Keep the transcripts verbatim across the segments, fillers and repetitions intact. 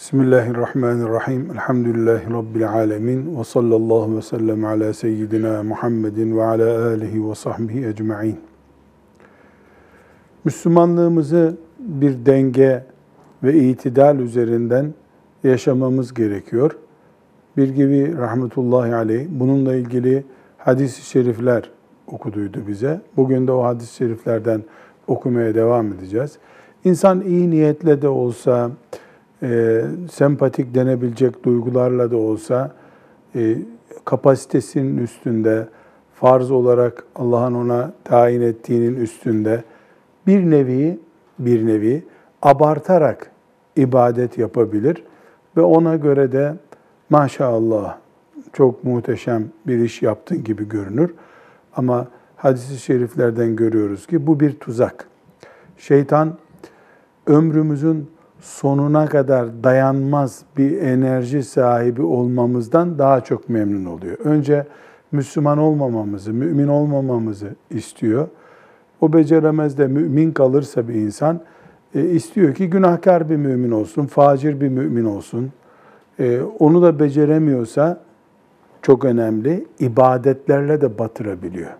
Bismillahirrahmanirrahim. Elhamdülillahi Rabbil alemin. Ve sallallahu ve sellem ala seyyidina Muhammedin ve ala alihi ve sahbihi ecma'in. Müslümanlığımızı bir denge ve itidal üzerinden yaşamamız gerekiyor. Bir gibi rahmetullahi aleyh bununla ilgili hadis-i şerifler okuduydu bize. Bugün de o hadis-i şeriflerden okumaya devam edeceğiz. İnsan iyi niyetle de olsa, e, sempatik denebilecek duygularla da olsa, e, kapasitesinin üstünde, farz olarak Allah'ın ona tayin ettiğinin üstünde bir nevi, bir nevi abartarak ibadet yapabilir ve ona göre de maşallah çok muhteşem bir iş yaptın gibi görünür. Ama hadis-i şeriflerden görüyoruz ki bu bir tuzak. Şeytan ömrümüzün sonuna kadar dayanmaz bir enerji sahibi olmamızdan daha çok memnun oluyor. Önce Müslüman olmamamızı, mümin olmamamızı istiyor. O beceremez de mümin kalırsa bir insan, e, istiyor ki günahkar bir mümin olsun, facir bir mümin olsun. E, onu da beceremiyorsa, çok önemli, ibadetlerle de batırabiliyor.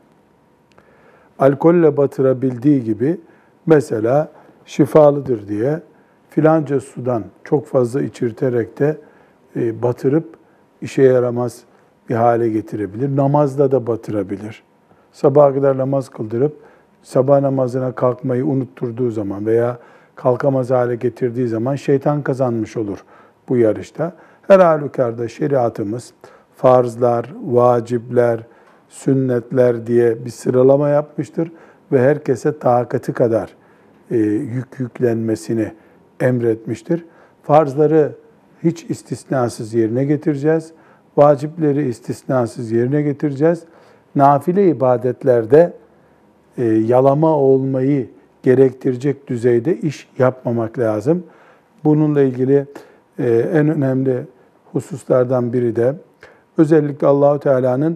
Alkolle batırabildiği gibi, mesela şifalıdır diye filanca sudan çok fazla içirterek de e, batırıp işe yaramaz bir hale getirebilir. Namazla da batırabilir. Sabaha kadar namaz kıldırıp sabah namazına kalkmayı unutturduğu zaman veya kalkamaz hale getirdiği zaman şeytan kazanmış olur bu yarışta. Her halükarda şeriatımız farzlar, vacipler, sünnetler diye bir sıralama yapmıştır ve herkese takati kadar e, yük yüklenmesini emretmiştir. Farzları hiç istisnasız yerine getireceğiz. Vacipleri istisnasız yerine getireceğiz. Nafile ibadetlerde e, yalama olmayı gerektirecek düzeyde iş yapmamak lazım. Bununla ilgili e, en önemli hususlardan biri de özellikle Allahu Teala'nın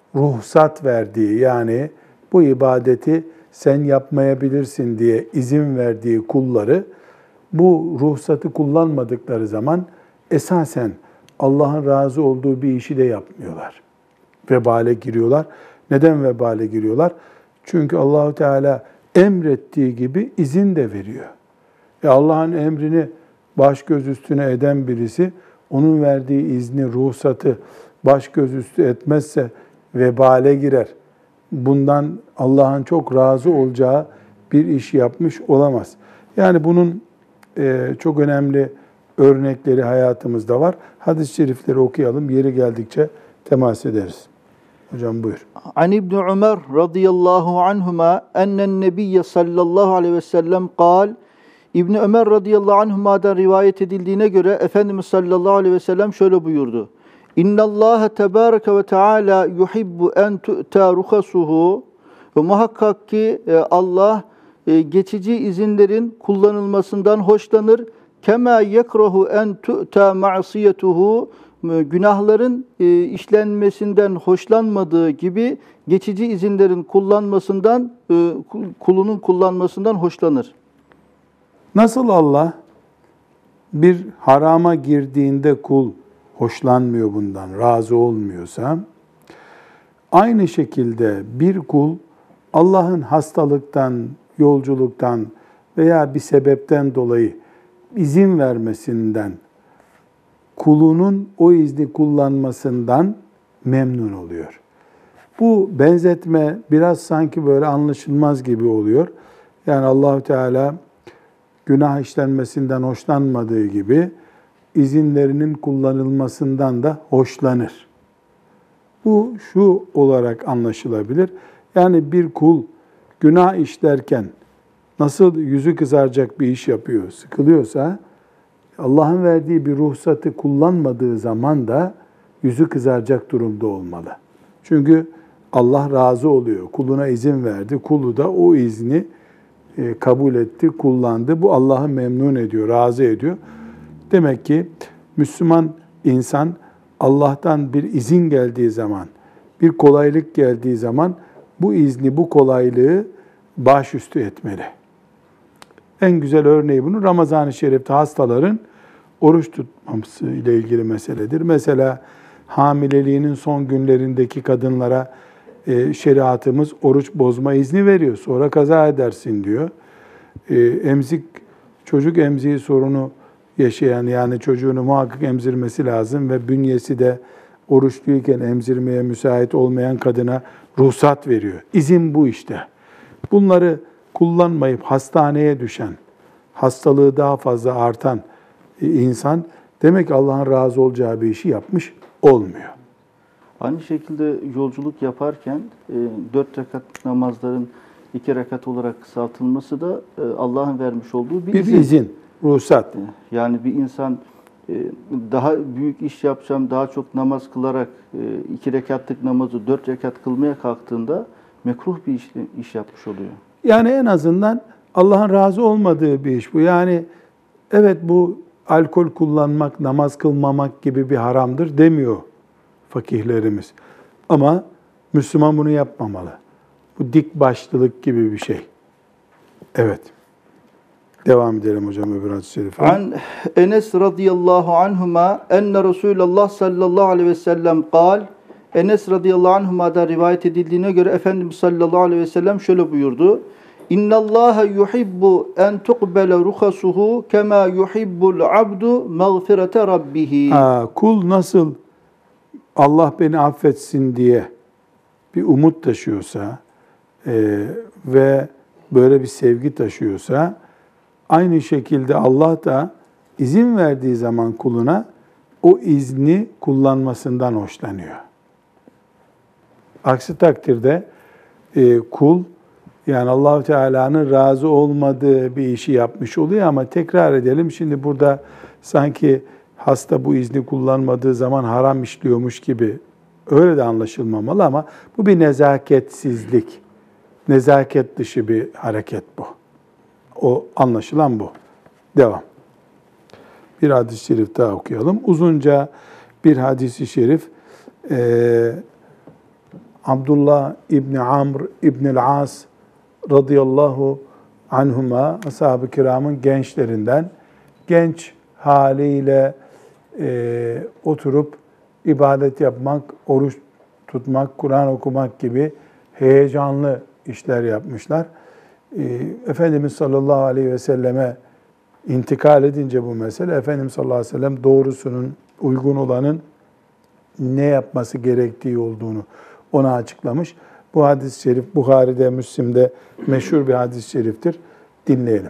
ruhsat verdiği, yani bu ibadeti sen yapmayabilirsin diye izin verdiği kulları bu ruhsatı kullanmadıkları zaman esasen Allah'ın razı olduğu bir işi de yapmıyorlar. Vebale giriyorlar. Neden vebale giriyorlar? Çünkü Allahu Teala emrettiği gibi izin de veriyor. E Allah'ın emrini baş göz üstüne eden birisi onun verdiği izni, ruhsatı baş göz üstü etmezse vebale girer. Bundan Allah'ın çok razı olacağı bir iş yapmış olamaz. Yani bunun e, çok önemli örnekleri hayatımızda var. Hadis-i şerifleri okuyalım. Yeri geldikçe temas ederiz. Hocam buyur. An İbn Ömer radıyallahu anhuma ennen nebiyye sallallahu aleyhi ve sellem kal. İbn Ömer radıyallahu anhuma'dan rivayet edildiğine göre Efendimiz sallallahu aleyhi ve sellem şöyle buyurdu. İnnallâhe tebâreke ve teâlâ yuhibbu en tu'tâ ruhasuhu ve muhakkak ki Allah geçici izinlerin kullanılmasından hoşlanır. Kemâ yekrahu en tu'tâ ma'siyetuhu günahların işlenmesinden hoşlanmadığı gibi geçici izinlerin kullanmasından kulunun kullanmasından hoşlanır. Nasıl Allah bir harama girdiğinde kul hoşlanmıyor bundan, razı olmuyorsa, aynı şekilde bir kul Allah'ın hastalıktan, yolculuktan veya bir sebepten dolayı izin vermesinden, kulunun o izni kullanmasından memnun oluyor. Bu benzetme biraz sanki böyle anlaşılmaz gibi oluyor. Yani Allah-u Teala günah işlenmesinden hoşlanmadığı gibi izinlerinin kullanılmasından da hoşlanır. Bu şu olarak anlaşılabilir. Yani bir kul günah işlerken nasıl yüzü kızaracak bir iş yapıyor, sıkılıyorsa, Allah'ın verdiği bir ruhsatı kullanmadığı zaman da yüzü kızaracak durumda olmalı. Çünkü Allah razı oluyor, kuluna izin verdi, kulu da o izni kabul etti, kullandı. Bu Allah'ı memnun ediyor, razı ediyor. Demek ki Müslüman insan Allah'tan bir izin geldiği zaman, bir kolaylık geldiği zaman bu izni, bu kolaylığı başüstü etmeli. En güzel örneği bunun Ramazan-ı Şerif'te hastaların oruç tutması ile ilgili meseledir. Mesela hamileliğinin son günlerindeki kadınlara e, şeriatımız oruç bozma izni veriyor. Sonra kaza edersin diyor. E, emzik, çocuk emziği sorunu yaşayan, yani çocuğunu muhakkak emzirmesi lazım ve bünyesi de oruçluyken emzirmeye müsait olmayan kadına ruhsat veriyor. İzin bu işte. Bunları kullanmayıp hastaneye düşen, hastalığı daha fazla artan insan demek ki Allah'ın razı olacağı bir işi yapmış olmuyor. Aynı şekilde yolculuk yaparken e, dört rekat namazların iki rekat olarak kısaltılması da e, Allah'ın vermiş olduğu bir, Bir izin. izin, ruhsat. Yani bir insan e, daha büyük iş yapacağım, daha çok namaz kılarak e, iki rekatlık namazı dört rekat kılmaya kalktığında mekruh bir iş, iş yapmış oluyor. Yani en azından Allah'ın razı olmadığı bir iş bu. Yani evet, bu alkol kullanmak, namaz kılmamak gibi bir haramdır demiyor fakihlerimiz. Ama Müslüman bunu yapmamalı. Bu dik başlılık gibi bir şey. Evet. Devam edelim hocam öbür hadis-i şerife. An Enes radıyallahu anhuma enne Resulullah sallallahu aleyhi ve sellem kal. Enes radıyallahu anhuma'dan rivayet edildiğine göre Efendimiz sallallahu aleyhi ve sellem şöyle buyurdu. İnna Allaha yuhibbu en tuqbala ruhasuhu kema yuhibbul abdu mağfirete rabbih. Ha, kul nasıl Allah beni affetsin diye bir umut taşıyorsa e, ve böyle bir sevgi taşıyorsa, aynı şekilde Allah da izin verdiği zaman kuluna o izni kullanmasından hoşlanıyor. Aksi takdirde e, kul, yani Allah-u Teala'nın razı olmadığı bir işi yapmış oluyor. Ama tekrar edelim, şimdi burada sanki hasta bu izni kullanmadığı zaman haram işliyormuş gibi öyle de anlaşılmamalı, ama bu bir nezaketsizlik, nezaket dışı bir hareket bu. O anlaşılan bu. Devam. Bir hadis-i şerif daha okuyalım. Uzunca bir hadis-i şerif. Ee, Abdullah İbni Amr İbnil As radıyallahu anhuma, ashab-ı kiramın gençlerinden, genç haliyle e, oturup ibadet yapmak, oruç tutmak, Kur'an okumak gibi heyecanlı işler yapmışlar. E, Efendimiz sallallahu aleyhi ve selleme intikal edince bu mesele, Efendimiz sallallahu aleyhi ve sellem doğrusunun, uygun olanın ne yapması gerektiği olduğunu ona açıklamış. Bu hadis-i şerif Buhari'de, Müslim'de meşhur bir hadis-i şeriftir. Dinleyelim.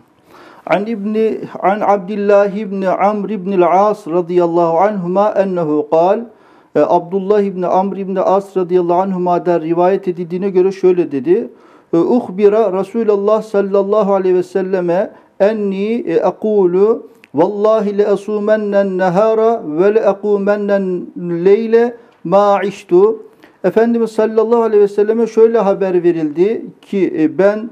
An İbni An Abdullah İbni Amr İbnil As radıyallahu anhuma ennehu kal. Abdullah İbni Amr İbni As radıyallahu anhuma'dan rivayet edildiğine göre şöyle dedi. Uhbira Resulullah sallallahu aleyhi ve selleme enni ekulu vallahi le asumennen nehara ve le ekumennen leyle ma iştu. Efendimiz sallallahu aleyhi ve selleme şöyle haber verildi ki ben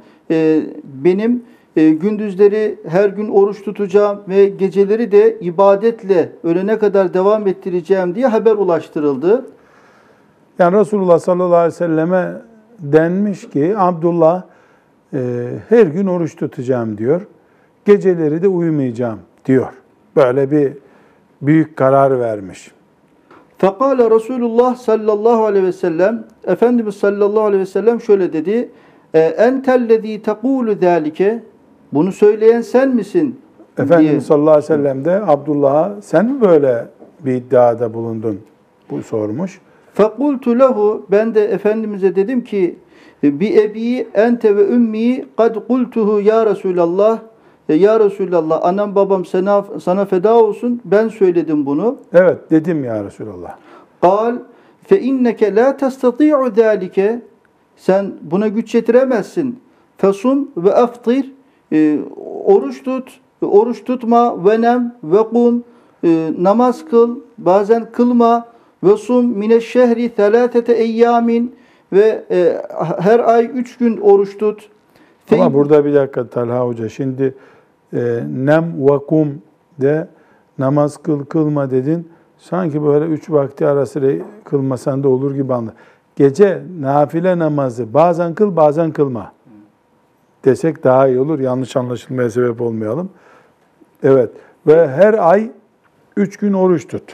benim gündüzleri her gün oruç tutacağım ve geceleri de ibadetle ölene kadar devam ettireceğim diye haber ulaştırıldı. Yani Resulullah sallallahu aleyhi ve selleme denmiş ki Abdullah e, her gün oruç tutacağım diyor. Geceleri de uyumayacağım diyor. Böyle bir büyük karar vermiş. Fekale Resulullah sallallahu aleyhi ve sellem, Efendimiz sallallahu aleyhi ve sellem şöyle dedi. Entellezî tekûlü zâlike, bunu söyleyen sen misin? Efendimiz diye. sallallahu aleyhi ve sellem de Abdullah'a sen mi böyle bir iddiada bulundun? Bu sormuş. Fekultu lehu, ben de Efendimiz'e dedim ki bi ebi ente ve ümmi kad kultuhu ya Resulallah. Ya Resulallah, anam babam sana, sana feda olsun, ben söyledim bunu. Evet, dedim ya Resulallah. Kal fe inneke la testati'u zâlike, sen buna güç yetiremezsin. Fesum ve aftir, e, oruç tut, oruç tutma, ve nem ve kum, e, namaz kıl, bazen kılma, ve sum mineşşehri thelâthete eyyamin, ve e, her ay üç gün oruç tut. Ama Fe, burada bir dakika Talha Hoca, şimdi e, nem ve kum de namaz kıl kılma dedin. Sanki böyle üç vakti arası kılmasan da olur gibi anla. Gece nafile namazı bazen kıl bazen kılma desek daha iyi olur. Yanlış anlaşılmaya sebep olmayalım. Evet. Ve her ay üç gün oruç tut.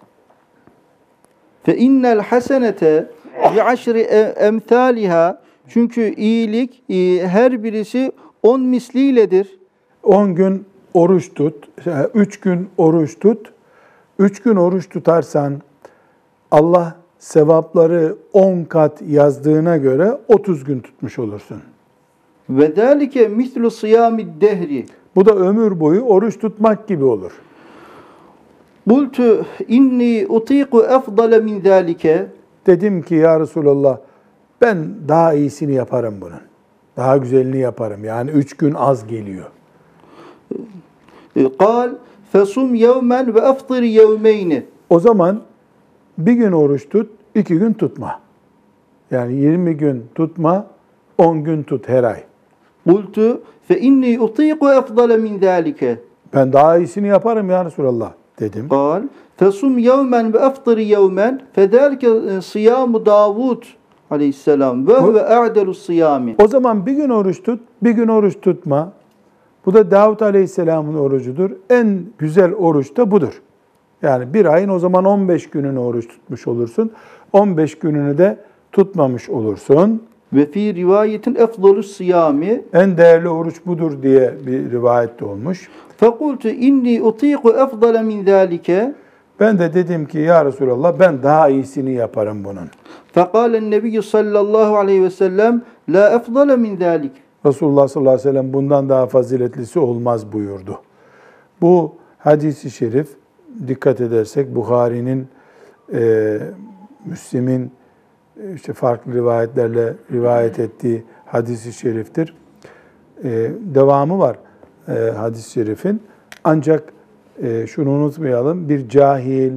Fe innel hasenete bi aşri emthaliha, çünkü iyilik e, her birisi on misliyledir. on gün oruç tut. üç gün oruç tut. üç gün oruç tutarsan Allah sevapları on kat yazdığına göre otuz gün tutmuş olursun. Ve zalike mislu sıyamid dehri. Bu da ömür boyu oruç tutmak gibi olur. Kultu inni utiku efdale min zalike. Dedim ki ya Resulallah, ben daha iyisini yaparım bunun. Daha güzelini yaparım. Yani üç gün az geliyor. Kal fesum yevmen ve eftir yevmeyni. O zaman bir gün oruç tut, iki gün tutma. Yani yirmi gün tutma, on gün tut her ay. Kultu fe inni utiku efdale min zalike. Ben daha iyisini yaparım ya Resulallah dedim. Kal fesum yevmen ve eftir yevmen federke siyamu Davud aleyhisselam ve huve a'delu siyami. O zaman bir gün oruç tut, bir gün oruç tutma. Bu da Davud Aleyhisselam'ın orucudur. En güzel oruç da budur. Yani bir ayın o zaman on beş gününü oruç tutmuş olursun. on beş gününü de tutmamış olursun. Ve fi rivayetin efdalus siyami. En değerli oruç budur diye bir rivayet de olmuş. Fekultu inni utiku efdale min zalike. Ben de dedim ki ya Resulallah, ben daha iyisini yaparım bunun. Fekalen nebiyyü sallallahu aleyhi ve sellem la efdale min zalik. Resulullah sallallahu aleyhi ve sellem bundan daha faziletlisi olmaz buyurdu. Bu hadis-i şerif dikkat edersek Buhari'nin, e, Müslim'in işte farklı rivayetlerle rivayet ettiği hadis-i şeriftir. E, devamı var e, hadis-i şerifin. Ancak e, şunu unutmayalım, bir cahil,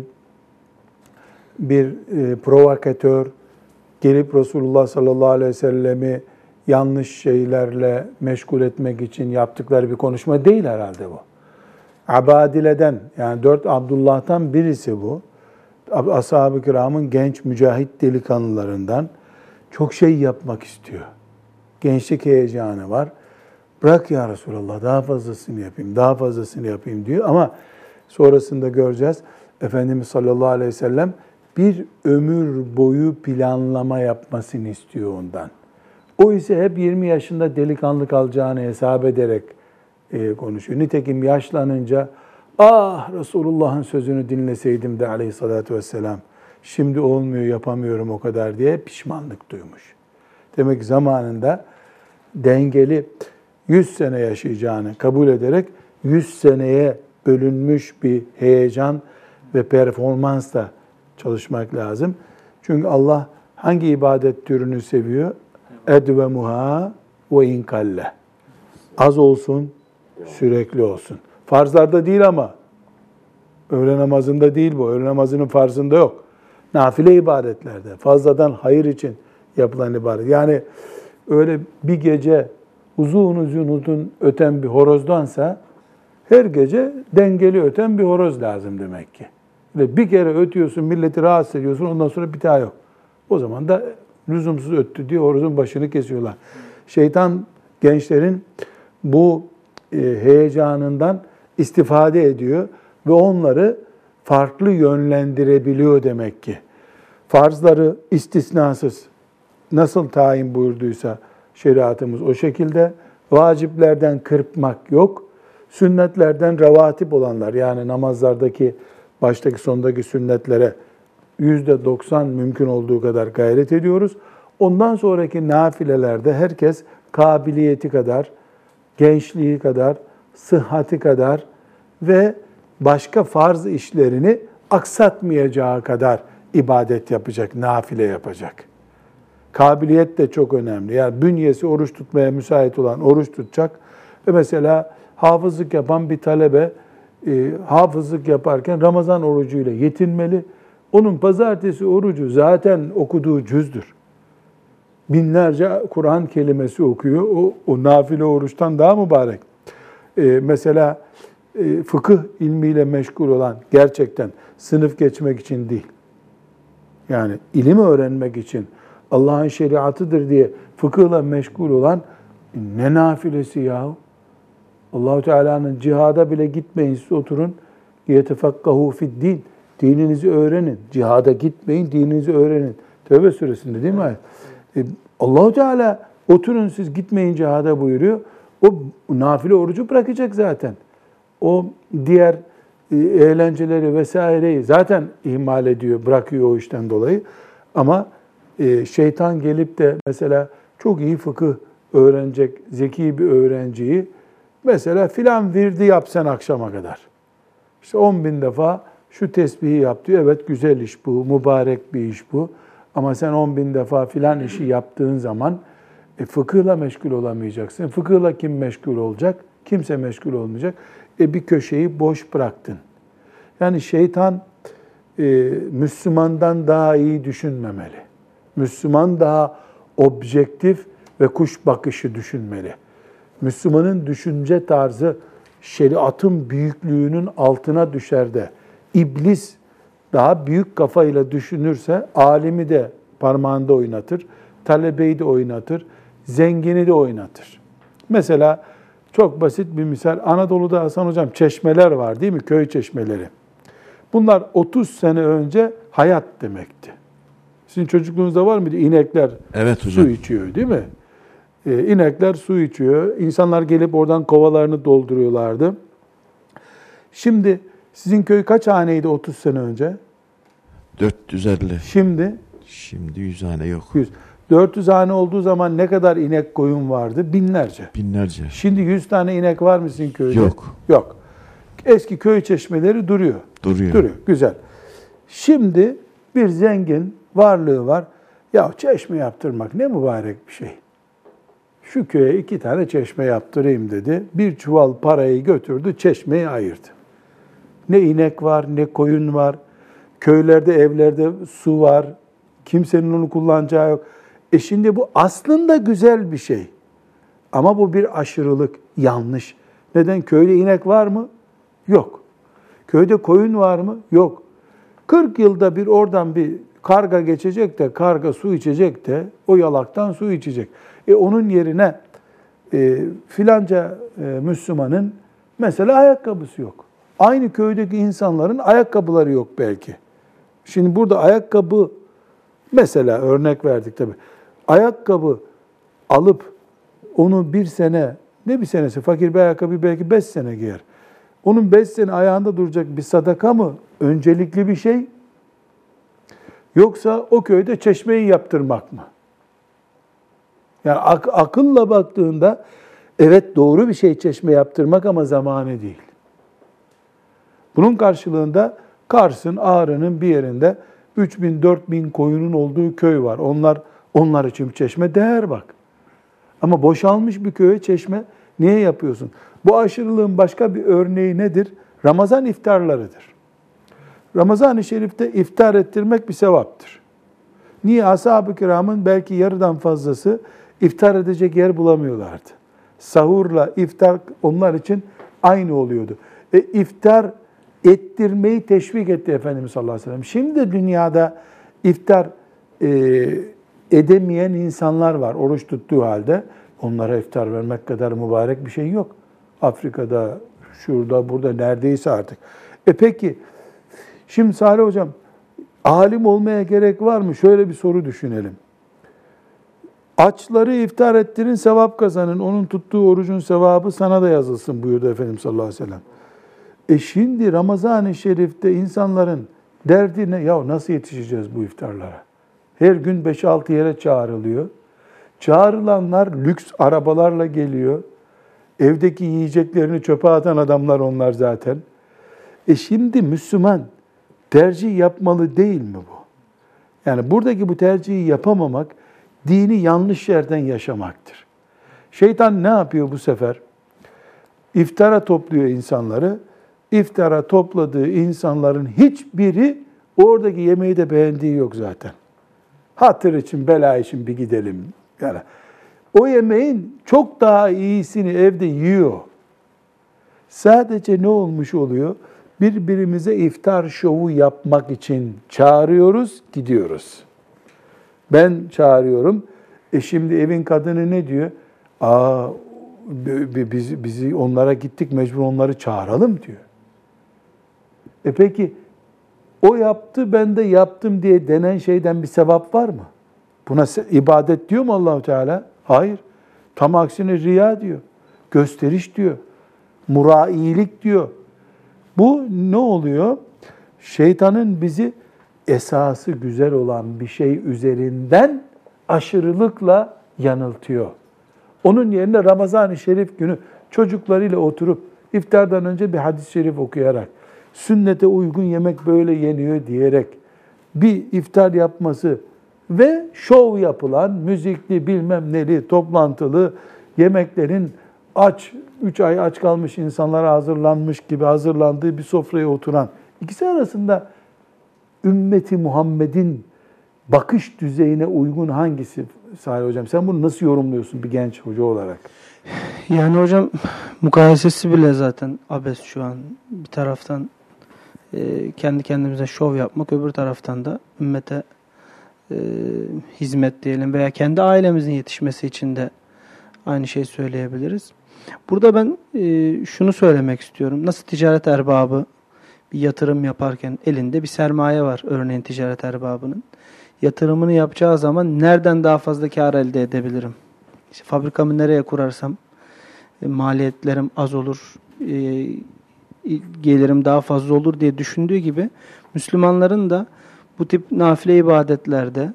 bir e, provokatör gelip Resulullah sallallahu aleyhi ve sellemi yanlış şeylerle meşgul etmek için yaptıkları bir konuşma değil herhalde bu. Abadile'den, yani dört Abdullah'tan birisi bu. Ashab-ı kiramın genç mücahit delikanlılarından, çok şey yapmak istiyor. Gençlik heyecanı var. Bırak ya Resulallah, daha fazlasını yapayım, daha fazlasını yapayım diyor. Ama sonrasında göreceğiz, Efendimiz sallallahu aleyhi ve sellem bir ömür boyu planlama yapmasını istiyor ondan. O ise hep yirmi yaşında delikanlı kalacağını hesap ederek e, konuşuyor. Nitekim yaşlanınca, ah Resulullah'ın sözünü dinleseydim de aleyhissalatü vesselam, şimdi olmuyor, yapamıyorum o kadar diye pişmanlık duymuş. Demek ki zamanında dengeli yüz sene yaşayacağını kabul ederek yüz seneye bölünmüş bir heyecan ve performansla çalışmak lazım. Çünkü Allah hangi ibadet türünü seviyor? Edvemuha ve inkalle. Az olsun, sürekli olsun. Farzlarda değil ama. Öğle namazında değil bu. Öğle namazının farzında yok. Nafile ibadetlerde, fazladan hayır için yapılan ibadet. Yani öyle bir gece uzun uzun uzun öten bir horozdansa her gece dengeli öten bir horoz lazım demek ki. Ve bir kere ötüyorsun, milleti rahatsız ediyorsun, ondan sonra bir daha yok. O zaman da lüzumsuz öttü diye horozun başını kesiyorlar. Şeytan gençlerin bu e, heyecanından istifade ediyor ve onları farklı yönlendirebiliyor demek ki. Farzları istisnasız nasıl tayin buyurduysa şeriatımız o şekilde, vaciplerden kırpmak yok. Sünnetlerden revatip olanlar, yani namazlardaki baştaki sondaki sünnetlere yüzde doksan mümkün olduğu kadar gayret ediyoruz. Ondan sonraki nafilelerde herkes kabiliyeti kadar, gençliği kadar, sıhhati kadar ve başka farz işlerini aksatmayacağı kadar ibadet yapacak, nafile yapacak. Kabiliyet de çok önemli. Yani bünyesi oruç tutmaya müsait olan oruç tutacak. Ve mesela hafızlık yapan bir talebe e, hafızlık yaparken Ramazan orucuyla yetinmeli. Onun pazartesi orucu zaten okuduğu cüzdür. Binlerce Kur'an kelimesi okuyor. O, o nafile oruçtan daha mübarek. E, mesela e, fıkıh ilmiyle meşgul olan, gerçekten sınıf geçmek için değil, yani ilim öğrenmek için, Allah'ın şeriatıdır diye fıkıhla meşgul olan ne nafilesi yahu? Allahu Teala'nın cihada bile gitmeyin, siz oturun. Yetefakkahu fid din. Dininizi öğrenin. Cihada gitmeyin, dininizi öğrenin. Tevbe suresinde değil mi ayet? E, Allahu Teala oturun siz gitmeyin cihada buyuruyor. O nafile orucu bırakacak zaten. O diğer e, eğlenceleri vesaireyi zaten ihmal ediyor, bırakıyor o işten dolayı. Ama e, şeytan gelip de mesela çok iyi fıkıh öğrenecek, zeki bir öğrenciyi mesela filan virdi yap sen akşama kadar. İşte on bin defa şu tesbihi yap diyor. Evet güzel iş bu, mübarek bir iş bu. Ama sen on bin defa filan işi yaptığın zaman e, fıkıhla meşgul olamayacaksın. Fıkıhla kim meşgul olacak? Kimse meşgul olmayacak. E, bir köşeyi boş bıraktın. Yani şeytan e, Müslümandan daha iyi düşünmemeli. Müslüman daha objektif ve kuş bakışı düşünmeli. Müslümanın düşünce tarzı şeriatın büyüklüğünün altına düşer de iblis daha büyük kafayla düşünürse alimi de parmağında oynatır, talebeyi de oynatır, zengini de oynatır. Mesela çok basit bir misal. Anadolu'da Hasan Hocam çeşmeler var değil mi? Köy çeşmeleri. Bunlar otuz sene önce hayat demekti. Sizin çocukluğunuzda var mıydı? İnekler Evet su hocam. içiyor değil mi? Ee, inekler su içiyor. İnsanlar gelip oradan kovalarını dolduruyorlardı. Şimdi sizin köy kaç haneydi otuz sene önce? dört yüz elli. Şimdi Şimdi yüz hane yok. yüz. dört yüz hane olduğu zaman ne kadar inek koyun vardı? Binlerce. Binlerce. Şimdi yüz tane inek var mı sizin köyde? Yok. Yok. Eski köy çeşmeleri duruyor. Duruyor. Duruyor. Güzel. Şimdi bir zengin varlığı var. Ya çeşme yaptırmak ne mübarek bir şey. Şu köye iki tane çeşme yaptırayım dedi. Bir çuval parayı götürdü, çeşmeyi ayırdı. Ne inek var, ne koyun var. Köylerde, evlerde su var. Kimsenin onu kullanacağı yok. E şimdi bu aslında güzel bir şey. Ama bu bir aşırılık, yanlış. Neden? Köyde inek var mı? Yok. Köyde koyun var mı? Yok. kırk yılda bir oradan bir karga geçecek de, karga su içecek de, o yalaktan su içecek. E onun yerine e, filanca e, Müslümanın mesela ayakkabısı yok. Aynı köydeki insanların ayakkabıları yok belki. Şimdi burada ayakkabı, mesela örnek verdik tabii. Ayakkabı alıp onu bir sene, ne bir senesi, fakir bir ayakkabı belki beş sene giyer. Onun beş sene ayağında duracak bir sadaka mı öncelikli bir şey? Yoksa o köyde çeşmeyi yaptırmak mı? Yani ak- akılla baktığında evet doğru bir şey çeşme yaptırmak ama zamanı değil. Bunun karşılığında Kars'ın, Ağrı'nın bir yerinde üç bin dört bin koyunun olduğu köy var. Onlar onlar için çeşme değer bak. Ama boşalmış bir köye çeşme niye yapıyorsun? Bu aşırılığın başka bir örneği nedir? Ramazan iftarlarıdır. Ramazan-ı Şerif'te iftar ettirmek bir sevaptır. Niye? Ashab-ı kiramın belki yarıdan fazlası iftar edecek yer bulamıyorlardı. Sahurla iftar onlar için aynı oluyordu. E, iftar ettirmeyi teşvik etti Efendimiz sallallahu aleyhi ve sellem. Şimdi dünyada iftar e, edemeyen insanlar var oruç tuttuğu halde. Onlara iftar vermek kadar mübarek bir şey yok. Afrika'da, şurada, burada neredeyse artık. E peki, şimdi Salih Hocam, alim olmaya gerek var mı? Şöyle bir soru düşünelim. Açları iftar ettirin, sevap kazanın. Onun tuttuğu orucun sevabı sana da yazılsın buyurdu Efendimiz sallallahu aleyhi ve sellem. E şimdi Ramazan-ı Şerif'te insanların derdi ne? Ya nasıl yetişeceğiz bu iftarlara? Her gün beş altı yere çağrılıyor. Çağrılanlar lüks arabalarla geliyor. Evdeki yiyeceklerini çöpe atan adamlar onlar zaten. E şimdi Müslüman tercih yapmalı değil mi bu? Yani buradaki bu tercihi yapamamak, dini yanlış yerden yaşamaktır. Şeytan ne yapıyor bu sefer? İftara topluyor insanları. İftara topladığı insanların hiçbiri oradaki yemeği de beğendiği yok zaten. Hatır için, bela için bir gidelim. Yani o yemeğin çok daha iyisini evde yiyor. Sadece ne olmuş oluyor? Birbirimize iftar şovu yapmak için çağırıyoruz, gidiyoruz. Ben çağırıyorum. E şimdi evin kadını ne diyor? Aa, biz, bizi onlara gittik, mecbur onları çağıralım diyor. E peki o yaptı, ben de yaptım diye denen şeyden bir sevap var mı? Buna ibadet diyor mu Allah-u Teala? Hayır. Tam aksine riya diyor. Gösteriş diyor. Murailik diyor. Bu ne oluyor? Şeytanın bizi esası güzel olan bir şey üzerinden aşırılıkla yanıltıyor. Onun yerine Ramazan-ı Şerif günü çocuklarıyla oturup iftardan önce bir hadis-i şerif okuyarak, sünnete uygun yemek böyle yeniyor diyerek bir iftar yapması ve şov yapılan, müzikli, bilmem neli, toplantılı yemeklerin aç, üç ay aç kalmış insanlara hazırlanmış gibi hazırlandığı bir sofraya oturan, ikisi arasında ümmeti Muhammed'in bakış düzeyine uygun hangisi Salih Hocam? Sen bunu nasıl yorumluyorsun bir genç hoca olarak? Yani hocam mukayesesi bile zaten abes şu an. Bir taraftan e, kendi kendimize şov yapmak, öbür taraftan da ümmete e, hizmet diyelim veya kendi ailemizin yetişmesi için de aynı şeyi söyleyebiliriz. Burada ben e, şunu söylemek istiyorum. Nasıl ticaret erbabı bir yatırım yaparken elinde bir sermaye var, örneğin ticaret erbabının. Yatırımını yapacağı zaman nereden daha fazla kar elde edebilirim? İşte fabrikamı nereye kurarsam e, maliyetlerim az olur, e, gelirim daha fazla olur diye düşündüğü gibi Müslümanların da bu tip nafile ibadetlerde,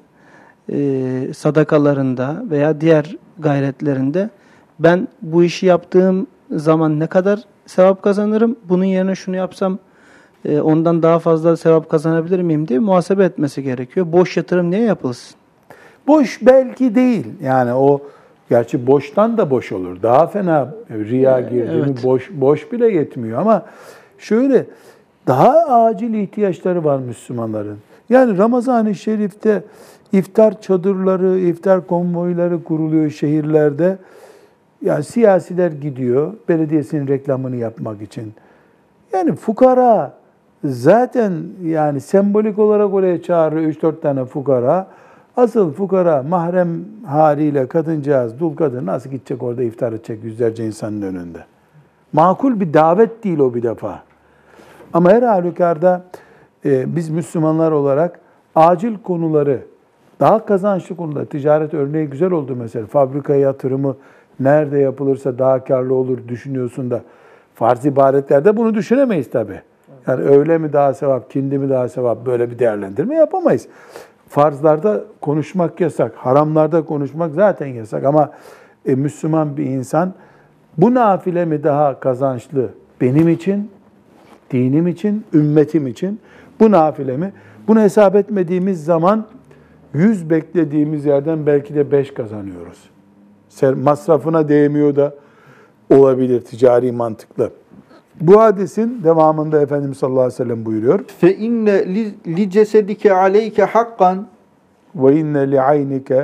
e, sadakalarında veya diğer gayretlerinde ben bu işi yaptığım zaman ne kadar sevap kazanırım, bunun yerine şunu yapsam e, ondan daha fazla sevap kazanabilir miyim diye muhasebe etmesi gerekiyor. Boş yatırım niye yapılsın? Boş belki değil. Yani o gerçi boştan da boş olur. Daha fena riya girdi mi Evet. boş, boş bile yetmiyor ama şöyle daha acil ihtiyaçları var Müslümanların. Yani Ramazan-ı Şerif'te iftar çadırları, iftar konvoyları kuruluyor şehirlerde. Yani siyasiler gidiyor belediyesinin reklamını yapmak için. Yani fukara zaten yani sembolik olarak oraya çağırıyor üç dört tane fukara. Asıl fukara mahrem haliyle kadıncağız, dul kadın nasıl gidecek orada iftar edecek yüzlerce insanın önünde. Makul bir davet değil o bir defa. Ama her halükarda e, biz Müslümanlar olarak acil konuları, daha kazançlı konuda, ticaret örneği güzel oldu mesela. Fabrika yatırımı nerede yapılırsa daha karlı olur düşünüyorsun da farz ibadetlerde bunu düşünemeyiz tabii. Yani öğle mi daha sevap, kindi mi daha sevap böyle bir değerlendirme yapamayız. Farzlarda konuşmak yasak, haramlarda konuşmak zaten yasak ama e, Müslüman bir insan bu nafile mi daha kazançlı benim için, dinim için, ümmetim için bu nafile mi? Bunu hesap etmediğimiz zaman yüz beklediğimiz yerden belki de beş kazanıyoruz. Masrafına değmiyor da olabilir ticari mantıklı. Bu hadisin devamında Efendimiz sallallahu aleyhi ve sellem buyuruyor. Fe inne li cesedike aleyke hakkan Ve inne li aynike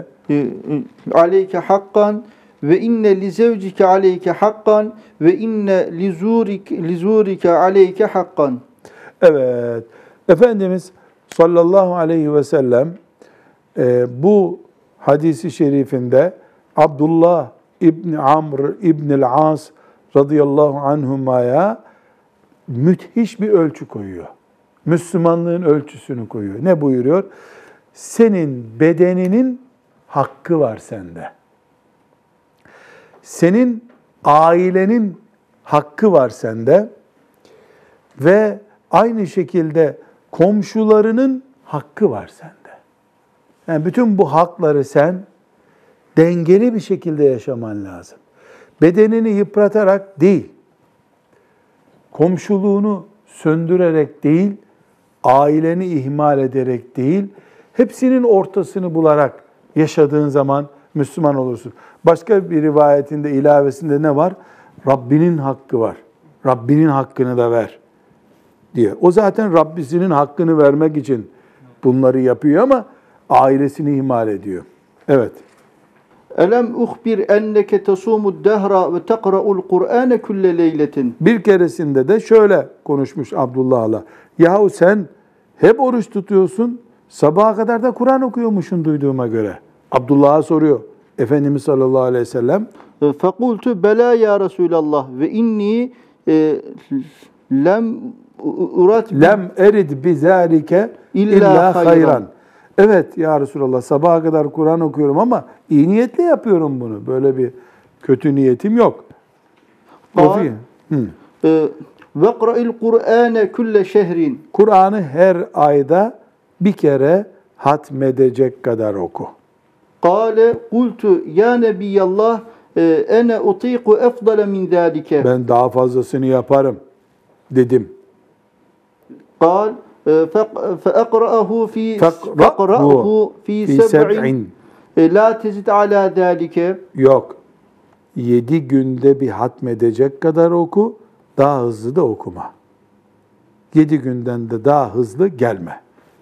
aleyke hakkan ve inne li zevcike aleyke hakkan ve inne li zurike li zurike aleyke hakkan. Evet. Efendimiz sallallahu aleyhi ve sellem e, bu hadisi şerifinde Abdullah İbni Amr İbnil As radıyallahu anhumaya müthiş bir ölçü koyuyor. Müslümanlığın ölçüsünü koyuyor. Ne buyuruyor? Senin bedeninin hakkı var sende. Senin ailenin hakkı var sende. Ve aynı şekilde komşularının hakkı var sende. Yani bütün bu hakları sen dengeli bir şekilde yaşaman lazım. Bedenini yıpratarak değil, komşuluğunu söndürerek değil, aileni ihmal ederek değil, hepsinin ortasını bularak yaşadığın zaman Müslüman olursun. Başka bir rivayetinde, ilavesinde ne var? Rabbinin hakkı var. Rabbinin hakkını da ver diye. O zaten Rabbisinin hakkını vermek için bunları yapıyor ama ailesini ihmal ediyor. Evet. Elem uhbir enneke tasumud dehra ve tekra'ul Kur'ane kulle leyletin. Bir keresinde de şöyle konuşmuş Abdullah'la. Yahu sen hep oruç tutuyorsun, sabaha kadar da Kur'an okuyormuşsun duyduğuma göre. Abdullah'a soruyor. Efendimiz sallallahu aleyhi ve sellem Fekultu bela ya Resulallah ve inni e, lem urat lem erid bizalike İlla illa hayran. hayran. Evet ya Resulallah, sabaha kadar Kur'an okuyorum ama iyi niyetle yapıyorum bunu. Böyle bir kötü niyetim yok. Kal- Hı. e, vekra'il Kur'ane külle şehrin. Kur'an'ı her ayda bir kere hatmedecek kadar oku. Kale kultu ya Nebiyallah e, ene utiku efdale min zalike. Ben daha fazlasını yaparım dedim. Kal feakra'ahu fi Fekra'hu feakra'ahu fi fi seb'in seb'in. e, la tezid ala zalike. Yok. Yedi günde bir hatmedecek kadar oku, daha hızlı da okuma. Yedi günden de daha hızlı gelme.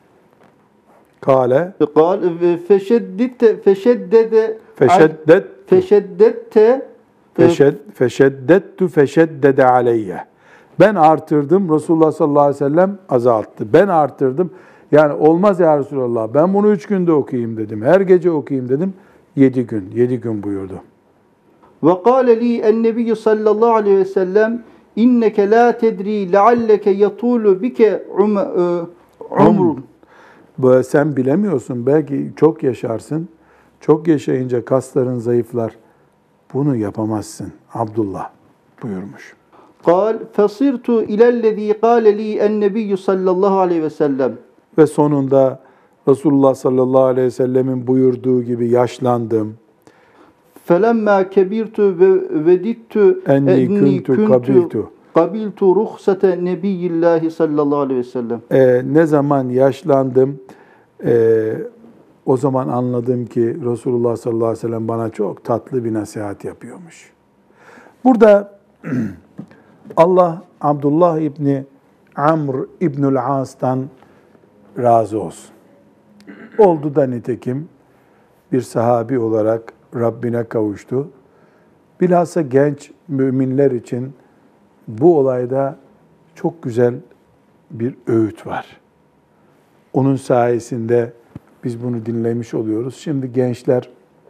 Kale Kal feşeddette feşeddede feşeddet feşeddette feşed feşeddettu feşeddede aleyye. Ben artırdım, Resulullah sallallahu aleyhi ve sellem azalttı. Ben artırdım. Yani olmaz ya Resulallah, ben bunu üç günde okuyayım dedim. Her gece okuyayım dedim. Yedi gün, yedi gün buyurdu. ve kâle li en-nebiyyü sallallahu aleyhi ve sellem inneke la tedri lealleke yatulu bike um, umr. Böyle sen bilemiyorsun, belki çok yaşarsın. Çok yaşayınca kasların zayıflar. Bunu yapamazsın Abdullah buyurmuş. Kal fesirtu ilellezî kâle li en-nebiyyü sallallahu aleyhi ve sellem. Ve sonunda Resulullah sallallahu aleyhi ve sellemin buyurduğu gibi yaşlandım. Felemma kebirtu ve vedittu Enni kuntu kabiltu. kabiltu ruhsate nebiyyillahi sallallahu aleyhi ve sellem. Ee, ne zaman yaşlandım, e, o zaman anladım ki Resulullah sallallahu aleyhi ve sellem bana çok tatlı bir nasihat yapıyormuş. Burada Allah Abdullah İbni Amr İbnül As'tan razı olsun. Oldu da nitekim bir sahabi olarak Rabbine kavuştu. Bilhassa genç müminler için bu olayda çok güzel bir öğüt var. Onun sayesinde biz bunu dinlemiş oluyoruz. Şimdi gençler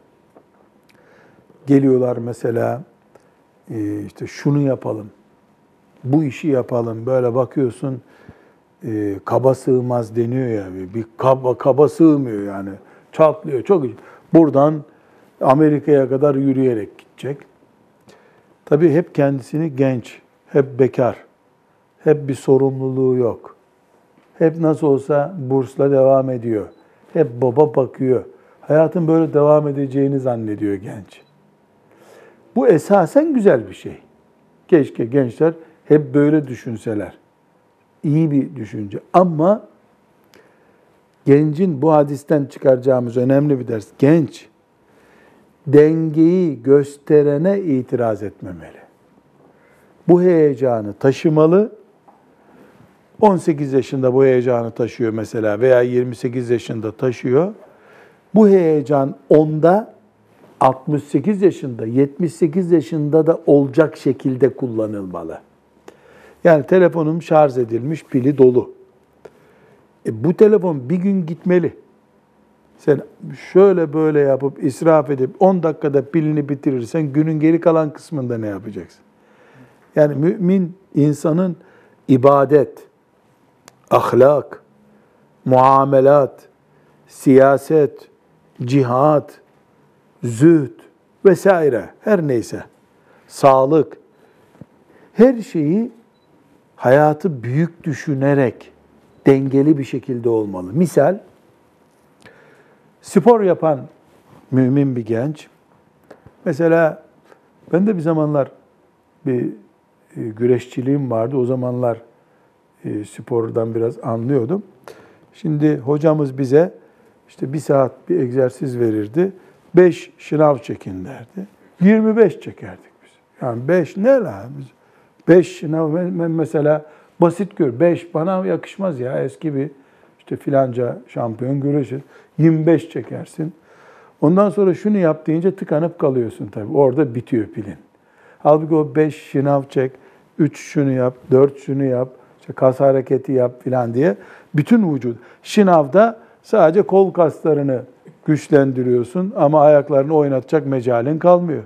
geliyorlar mesela, işte şunu yapalım, bu işi yapalım. Böyle bakıyorsun, e, kaba sığmaz deniyor ya, bir kaba, kaba sığmıyor yani. Çatlıyor çok. Buradan Amerika'ya kadar yürüyerek gidecek. Tabii hep kendisini genç, hep bekar, hep bir sorumluluğu yok. Hep nasıl olsa bursla devam ediyor. Hep baba bakıyor. Hayatın böyle devam edeceğini zannediyor genç. Bu esasen güzel bir şey. Keşke gençler hep böyle düşünseler. İyi bir düşünce. Ama gencin bu hadisten çıkaracağımız önemli bir ders. Genç dengeyi gösterene itiraz etmemeli. Bu heyecanı taşımalı. on sekiz yaşında bu heyecanı taşıyor mesela veya yirmi sekiz yaşında taşıyor. Bu heyecan onda altmış sekiz yaşında, yetmiş sekiz yaşında da olacak şekilde kullanılmalı. Yani telefonum şarj edilmiş, pili dolu. E bu telefon bir gün gitmeli. Sen şöyle böyle yapıp israf edip on dakikada pilini bitirirsen günün geri kalan kısmında ne yapacaksın? Yani mümin insanın ibadet, ahlak, muamelat, siyaset, cihat, zühd vesaire her neyse, sağlık, her şeyi hayatı büyük düşünerek dengeli bir şekilde olmalı. Misal, spor yapan mümin bir genç, mesela ben de bir zamanlar bir güreşçiliğim vardı. O zamanlar e, spordan biraz anlıyordum. Şimdi hocamız bize işte bir saat bir egzersiz verirdi. Beş şınav çekin derdi. yirmi beş çekerdik biz. Yani beş ne la? Beş şınav ben mesela basit gör. Beş bana yakışmaz ya. Eski bir işte filanca şampiyon güreşir. yirmi beş çekersin. Ondan sonra şunu yap deyince tıkanıp kalıyorsun tabii. Orada bitiyor pilin. Halbuki o beş şınav çek, üç şunu yap, dört şunu yap, işte kas hareketi yap filan diye bütün vücut. Şınavda sadece kol kaslarını güçlendiriyorsun ama ayaklarını oynatacak mecalin kalmıyor.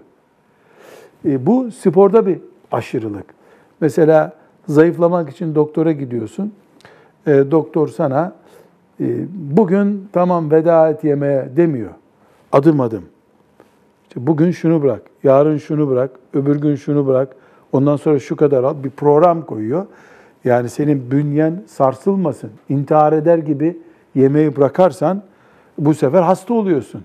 E, bu sporda bir aşırılık. Mesela zayıflamak için doktora gidiyorsun. E, doktor sana e, bugün tamam veda et yemeğe demiyor. Adım adım. İşte bugün şunu bırak, yarın şunu bırak, öbür gün şunu bırak, ondan sonra şu kadar al. Bir program koyuyor. Yani senin bünyen sarsılmasın. İntihar eder gibi yemeği bırakarsan bu sefer hasta oluyorsun.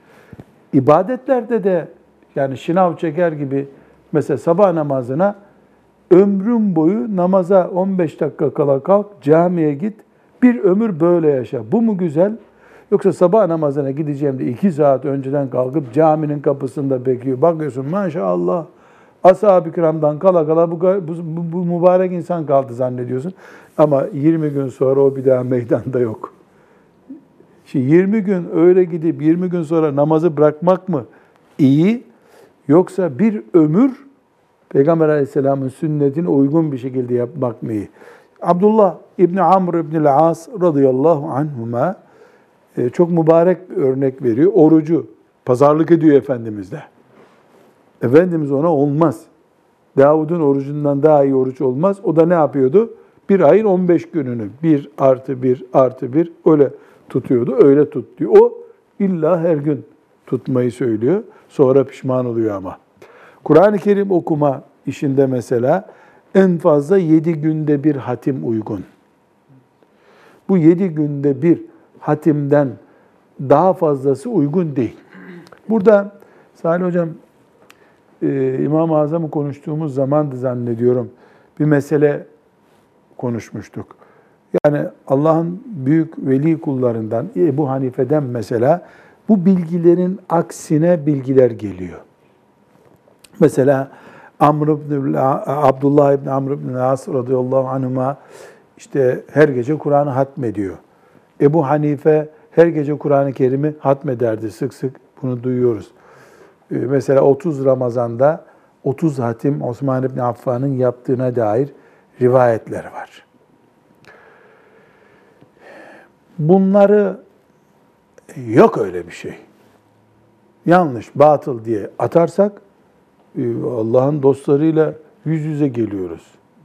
İbadetlerde de yani şınav çeker gibi mesela sabah namazına ömrün boyu namaza on beş dakika kala kalk, camiye git, bir ömür böyle yaşa. Bu mu güzel? Yoksa sabah namazına gideceğim de iki saat önceden kalkıp caminin kapısında bekliyor. Bakıyorsun maşallah ashab-ı kiramdan kala kala bu, bu, bu, bu mübarek insan kaldı zannediyorsun. Ama yirmi gün sonra o bir daha meydanda yok. Şimdi yirmi gün öyle gidip yirmi gün sonra namazı bırakmak mı iyi? Yoksa bir ömür Peygamber Aleyhisselam'ın sünnetine uygun bir şekilde yapmak mı iyi? Abdullah İbni Amr İbni As radıyallahu anhuma çok mübarek bir örnek veriyor. Orucu pazarlık ediyor Efendimiz'le. Efendimiz ona olmaz. Davud'un orucundan daha iyi oruç olmaz. O da ne yapıyordu? Bir ayın on beş gününü bir artı bir artı bir öyle tutuyordu. Öyle tut diyor. O illa her gün tutmayı söylüyor. Sonra pişman oluyor ama. Kur'an-ı Kerim okuma işinde mesela en fazla yedi günde bir hatim uygun. Bu yedi günde bir hatimden daha fazlası uygun değil. Burada Salih Hocam e, İmam-ı Azam'ı konuştuğumuz zamandı zannediyorum. Bir mesele konuşmuştuk. Yani Allah'ın büyük veli kullarından Ebu Hanife'den mesela bu bilgilerin aksine bilgiler geliyor. Mesela Amr ibn Abdullah ibn Amr ibn As radıyallahu anhuma işte her gece Kur'an'ı hatmediyor. Ebu Hanife her gece Kur'an-ı Kerim'i hatmederdi. Sık sık bunu duyuyoruz. Mesela otuz Ramazan'da otuz hatim Osman ibn Affan'ın yaptığına dair rivayetler var. Bunları yok öyle bir şey. Yanlış, batıl diye atarsak Allah'ın dostlarıyla yüz yüze geliyoruz.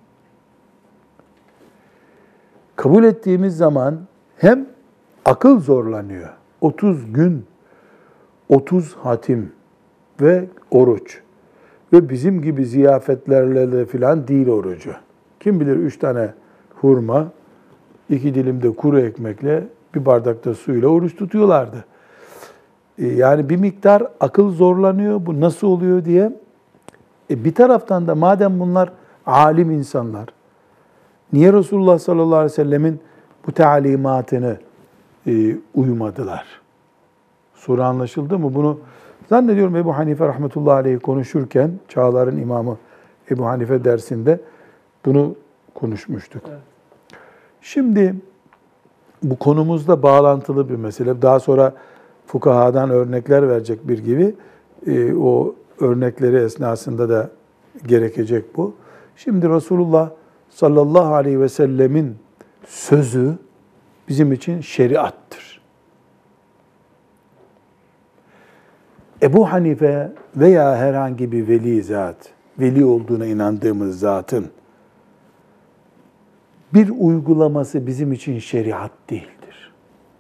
Kabul ettiğimiz zaman hem akıl zorlanıyor. otuz gün, otuz hatim ve oruç. Ve bizim gibi ziyafetlerle de filan değil orucu. Kim bilir üç tane hurma, iki dilim de kuru ekmekle, bir bardakta suyla oruç tutuyorlardı. Yani bir miktar akıl zorlanıyor, bu nasıl oluyor diye. E bir taraftan da madem bunlar alim insanlar, niye Resulullah sallallahu aleyhi ve sellemin bu talimatını e, uymadılar? Soru anlaşıldı mı? Bunu zannediyorum Ebu Hanife rahmetullahi aleyhi konuşurken, çağların imamı Ebu Hanife dersinde bunu konuşmuştuk. Evet. Şimdi bu konumuzda bağlantılı bir mesele. Daha sonra fukahadan örnekler verecek bir gibi e, o örnekleri esnasında da gerekecek bu. Şimdi Resulullah sallallahu aleyhi ve sellemin sözü bizim için şeriattır. Ebu Hanife veya herhangi bir veli zat, veli olduğuna inandığımız zatın bir uygulaması bizim için şeriat değildir.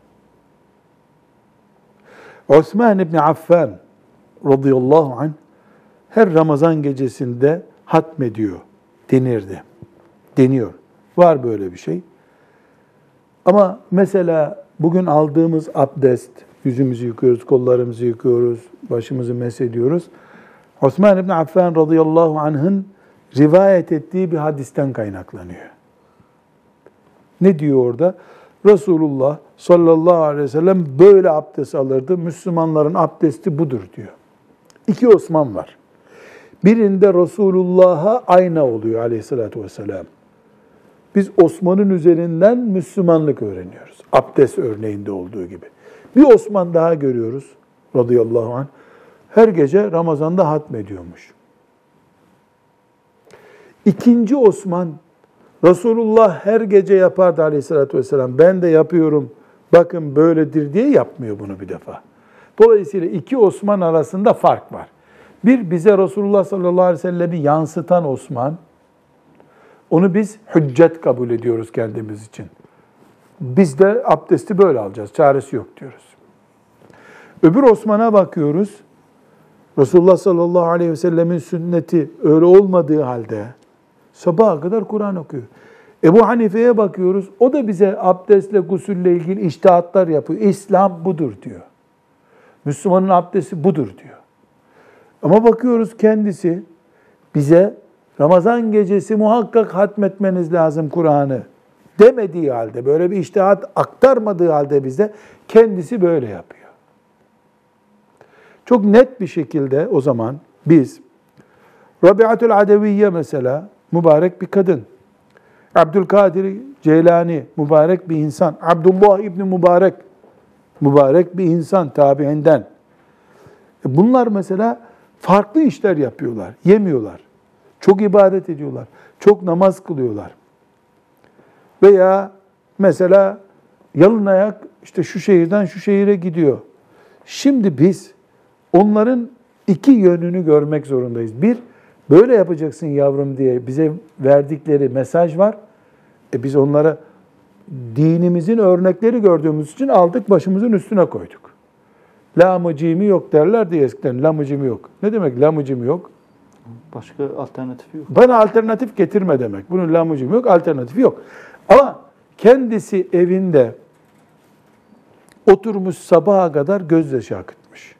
Osman ibn Affan radıyallahu anh her Ramazan gecesinde hatmediyor denirdi. Deniyor. Var böyle bir şey. Ama mesela bugün aldığımız abdest, yüzümüzü yıkıyoruz, kollarımızı yıkıyoruz, başımızı mesediyoruz. Osman ibn Affan radıyallahu anh'ın rivayet ettiği bir hadisten kaynaklanıyor. Ne diyor orada? Resulullah sallallahu aleyhi ve sellem böyle abdest alırdı. Müslümanların abdesti budur diyor. İki Osman var. Birinde Resulullah'a ayna oluyor aleyhissalatü vesselam. Biz Osman'ın üzerinden Müslümanlık öğreniyoruz. Abdest örneğinde olduğu gibi. Bir Osman daha görüyoruz radıyallahu anh. Her gece Ramazan'da hatmediyormuş. İkinci Osman, Resulullah her gece yapardı aleyhissalatü vesselam. Ben de yapıyorum, bakın böyledir diye yapmıyor bunu bir defa. Dolayısıyla iki Osman arasında fark var. Bir, bize Resulullah sallallahu aleyhi ve sellem'i yansıtan Osman, onu biz hüccet kabul ediyoruz kendimiz için. Biz de abdesti böyle alacağız, çaresi yok diyoruz. Öbür Osman'a bakıyoruz, Resulullah sallallahu aleyhi ve sellemin sünneti öyle olmadığı halde sabaha kadar Kur'an okuyor. Ebu Hanife'ye bakıyoruz, o da bize abdestle, gusülle ilgili içtihatlar yapıyor. İslam budur diyor. Müslümanın abdesti budur diyor. Ama bakıyoruz kendisi bize Ramazan gecesi muhakkak hatmetmeniz lazım Kur'an'ı demediği halde, böyle bir içtihat aktarmadığı halde bize kendisi böyle yapıyor. Çok net bir şekilde o zaman biz Rabi'atul Adeviyye mesela mübarek bir kadın. Abdülkadir Ceylani mübarek bir insan. Abdullah İbni Mübarek mübarek bir insan tabiinden. Bunlar mesela farklı işler yapıyorlar. Yemiyorlar. Çok ibadet ediyorlar. Çok namaz kılıyorlar. Veya mesela yalın ayak işte şu şehirden şu şehire gidiyor. Şimdi biz onların iki yönünü görmek zorundayız. Bir, böyle yapacaksın yavrum diye bize verdikleri mesaj var. E biz onlara dinimizin örnekleri gördüğümüz için aldık, başımızın üstüne koyduk. Lamı cimi yok derler diye eskiden. Lamı cimi yok. Ne demek lamı cimi yok? Başka alternatifi yok. Bana alternatif getirme demek. Bunun lamı cimi yok, alternatifi yok. Ama kendisi evinde oturmuş sabaha kadar gözyaşı akıtmış.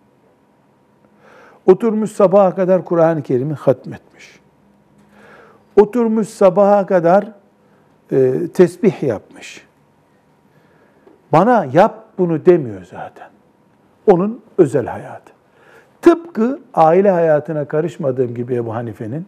Oturmuş sabaha kadar Kur'an-ı Kerim'i hatmetmiş. Oturmuş sabaha kadar e, tesbih yapmış. Bana yap bunu demiyor zaten. Onun özel hayatı. Tıpkı aile hayatına karışmadığım gibi Ebu Hanife'nin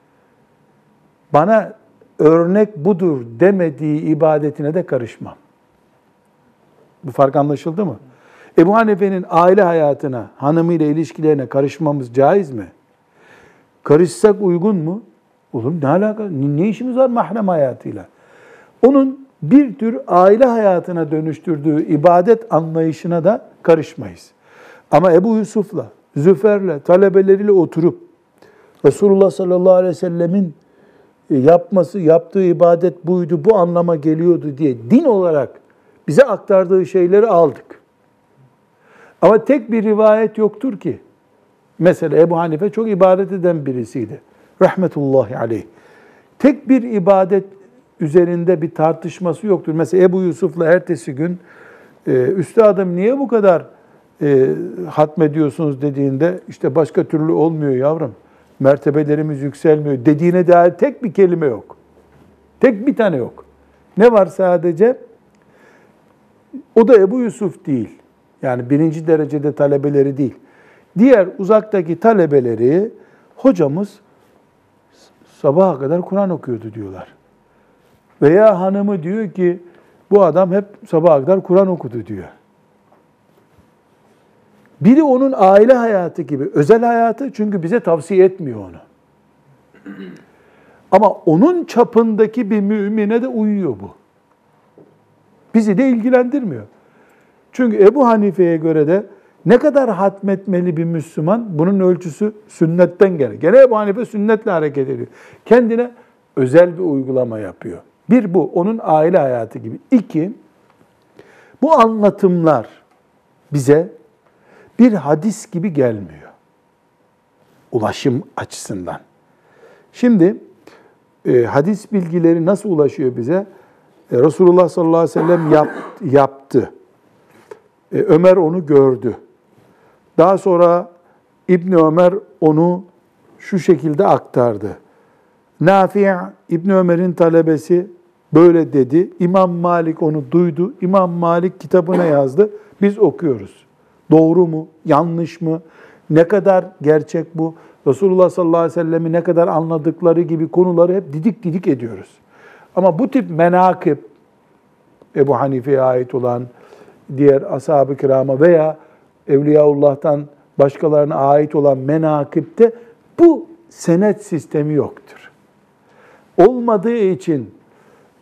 bana örnek budur demediği ibadetine de karışmam. Bu fark anlaşıldı mı? Ebu Hanife'nin aile hayatına, hanımıyla ilişkilerine karışmamız caiz mi? Karışsak uygun mu? Oğlum ne alaka? Ne işimiz var mahrem hayatıyla? Onun bir tür aile hayatına dönüştürdüğü ibadet anlayışına da karışmayız. Ama Ebu Yusuf'la, Züfer'le, talebeleriyle oturup Resulullah sallallahu aleyhi ve sellemin yapması, yaptığı ibadet buydu, bu anlama geliyordu diye din olarak bize aktardığı şeyleri aldık. Ama tek bir rivayet yoktur ki. Mesela Ebu Hanife çok ibadet eden birisiydi. Rahmetullahi aleyh. Tek bir ibadet üzerinde bir tartışması yoktur. Mesela Ebu Yusuf'la ertesi gün üstadım niye bu kadar e, hatmediyorsunuz dediğinde işte başka türlü olmuyor yavrum. Mertebelerimiz yükselmiyor dediğine dair tek bir kelime yok. Tek bir tane yok. Ne var sadece? O da Ebu Yusuf değil. Yani birinci derecede talebeleri değil. Diğer uzaktaki talebeleri hocamız sabaha kadar Kur'an okuyordu diyorlar. Veya hanımı diyor ki bu adam hep sabaha kadar Kur'an okudu diyor. Biri onun aile hayatı gibi, özel hayatı çünkü bize tavsiye etmiyor onu. Ama onun çapındaki bir mümine de uyuyor bu. Bizi de ilgilendirmiyor. Çünkü Ebu Hanife'ye göre de ne kadar hatmetmeli bir Müslüman, bunun ölçüsü sünnetten gelir. Gene Ebu Hanife sünnetle hareket ediyor. Kendine özel bir uygulama yapıyor. Bir bu, onun aile hayatı gibi. İki, bu anlatımlar bize bir hadis gibi gelmiyor. Ulaşım açısından. Şimdi e, hadis bilgileri nasıl ulaşıyor bize? E, Resulullah sallallahu aleyhi ve sellem yap, yaptı. E, Ömer onu gördü. Daha sonra İbni Ömer onu şu şekilde aktardı. Nafi' İbni Ömer'in talebesi böyle dedi. İmam Malik onu duydu. İmam Malik kitabına yazdı. Biz okuyoruz. Doğru mu? Yanlış mı? Ne kadar gerçek bu? Resulullah sallallahu aleyhi ve sellem'i ne kadar anladıkları gibi konuları hep didik didik ediyoruz. Ama bu tip menakıb, Ebu Hanife'ye ait olan diğer ashab-ı kirama veya Evliyaullah'tan başkalarına ait olan menakipte bu senet sistemi yoktur. Olmadığı için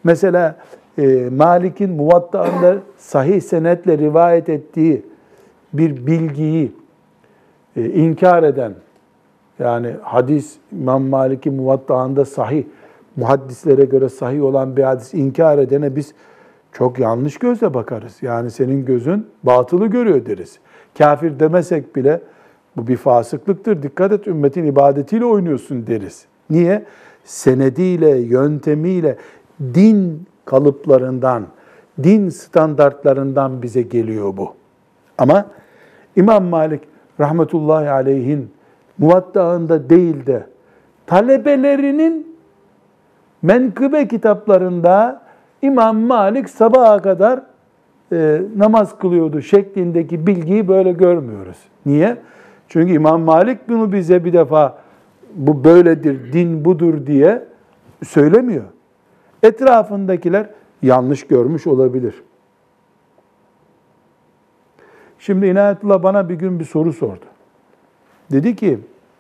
mesela e, Malik'in Muvatta'ında sahih senetle rivayet ettiği bir bilgiyi e, inkar eden, yani hadis İmam Malik'in Muvatta'ında sahih, muhaddislere göre sahih olan bir hadis inkar edene biz çok yanlış gözle bakarız. Yani senin gözün batılı görüyor deriz. Kafir demesek bile bu bir fasıklıktır. Dikkat et, ümmetin ibadetiyle oynuyorsun deriz. Niye? Senediyle, yöntemiyle, din kalıplarından, din standartlarından bize geliyor bu. Ama İmam Malik rahmetullahi aleyhin Muvatta'ında değil de talebelerinin menkıbe kitaplarında İmam Malik sabaha kadar e, namaz kılıyordu şeklindeki bilgiyi böyle görmüyoruz. Niye? Çünkü İmam Malik bunu bize bir defa bu böyledir, din budur diye söylemiyor. Etrafındakiler yanlış görmüş olabilir. Şimdi İnayetullah bana bir gün bir soru sordu. Dedi ki,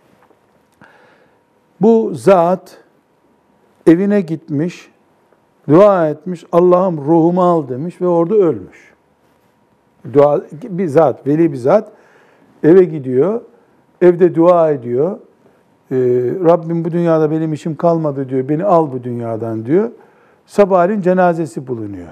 bu zat evine gitmiş, dua etmiş, Allah'ım ruhumu al demiş ve orada ölmüş. Dua, bir zat, veli bir zat eve gidiyor, evde dua ediyor. Ee, Rabbim bu dünyada benim işim kalmadı diyor, beni al bu dünyadan diyor. Sabahleyin cenazesi bulunuyor.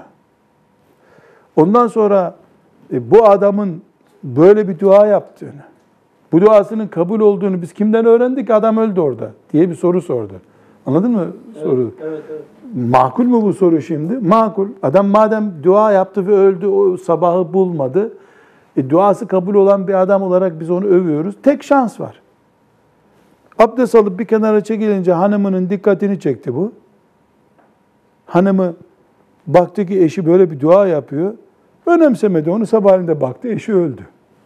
Ondan sonra e, bu adamın böyle bir dua yaptığını, bu duasının kabul olduğunu biz kimden öğrendik? Adam öldü orada diye bir soru sordu. Anladın mı soru? Evet, evet, evet. Makul mu bu soru şimdi? Makul. Adam madem dua yaptı ve öldü, o sabahı bulmadı. E, duası kabul olan bir adam olarak biz onu övüyoruz. Tek şans var. Abdest alıp bir kenara çekilince hanımının dikkatini çekti bu. Hanımı baktı ki eşi böyle bir dua yapıyor. Önemsemedi onu, sabahleyin de baktı eşi öldü.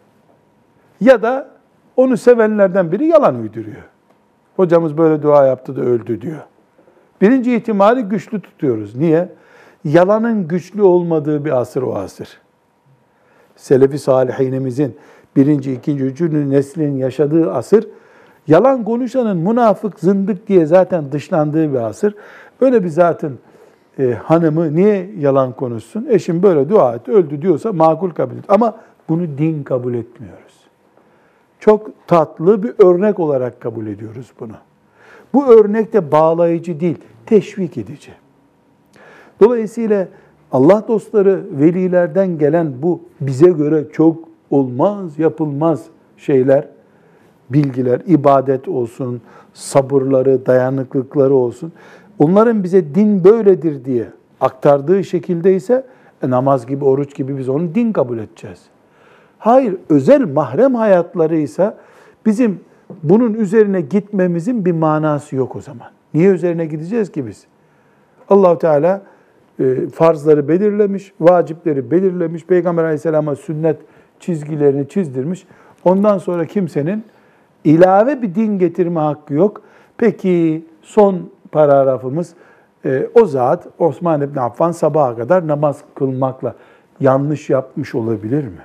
Ya da onu sevenlerden biri yalan uyduruyor. Hocamız böyle dua yaptı da öldü diyor. Birinci ihtimali güçlü tutuyoruz. Niye? Yalanın güçlü olmadığı bir asır o asır. Selefi salihinimizin birinci, ikinci, üçüncü neslin yaşadığı asır, yalan konuşanın münafık, zındık diye zaten dışlandığı bir asır. Öyle bir zatın e, hanımı niye yalan konuşsun? Eşim böyle dua etti, öldü diyorsa makul kabul et. Ama bunu din kabul etmiyoruz. Çok tatlı bir örnek olarak kabul ediyoruz bunu. Bu örnek de bağlayıcı değil, teşvik edici. Dolayısıyla Allah dostları, velilerden gelen bu bize göre çok olmaz, yapılmaz şeyler, bilgiler, ibadet olsun, sabırları, dayanıklıkları olsun. Onların bize din böyledir diye aktardığı şekilde ise e, namaz gibi, oruç gibi biz onu din kabul edeceğiz. Hayır, özel mahrem hayatları ise bizim bunun üzerine gitmemizin bir manası yok o zaman. Niye üzerine gideceğiz ki biz? Allah-u Teala e, farzları belirlemiş, vacipleri belirlemiş, Peygamber Aleyhisselam'a sünnet çizgilerini çizdirmiş. Ondan sonra kimsenin ilave bir din getirme hakkı yok. Peki son paragrafımız, e, o zat Osman İbni Affan sabaha kadar namaz kılmakla yanlış yapmış olabilir mi?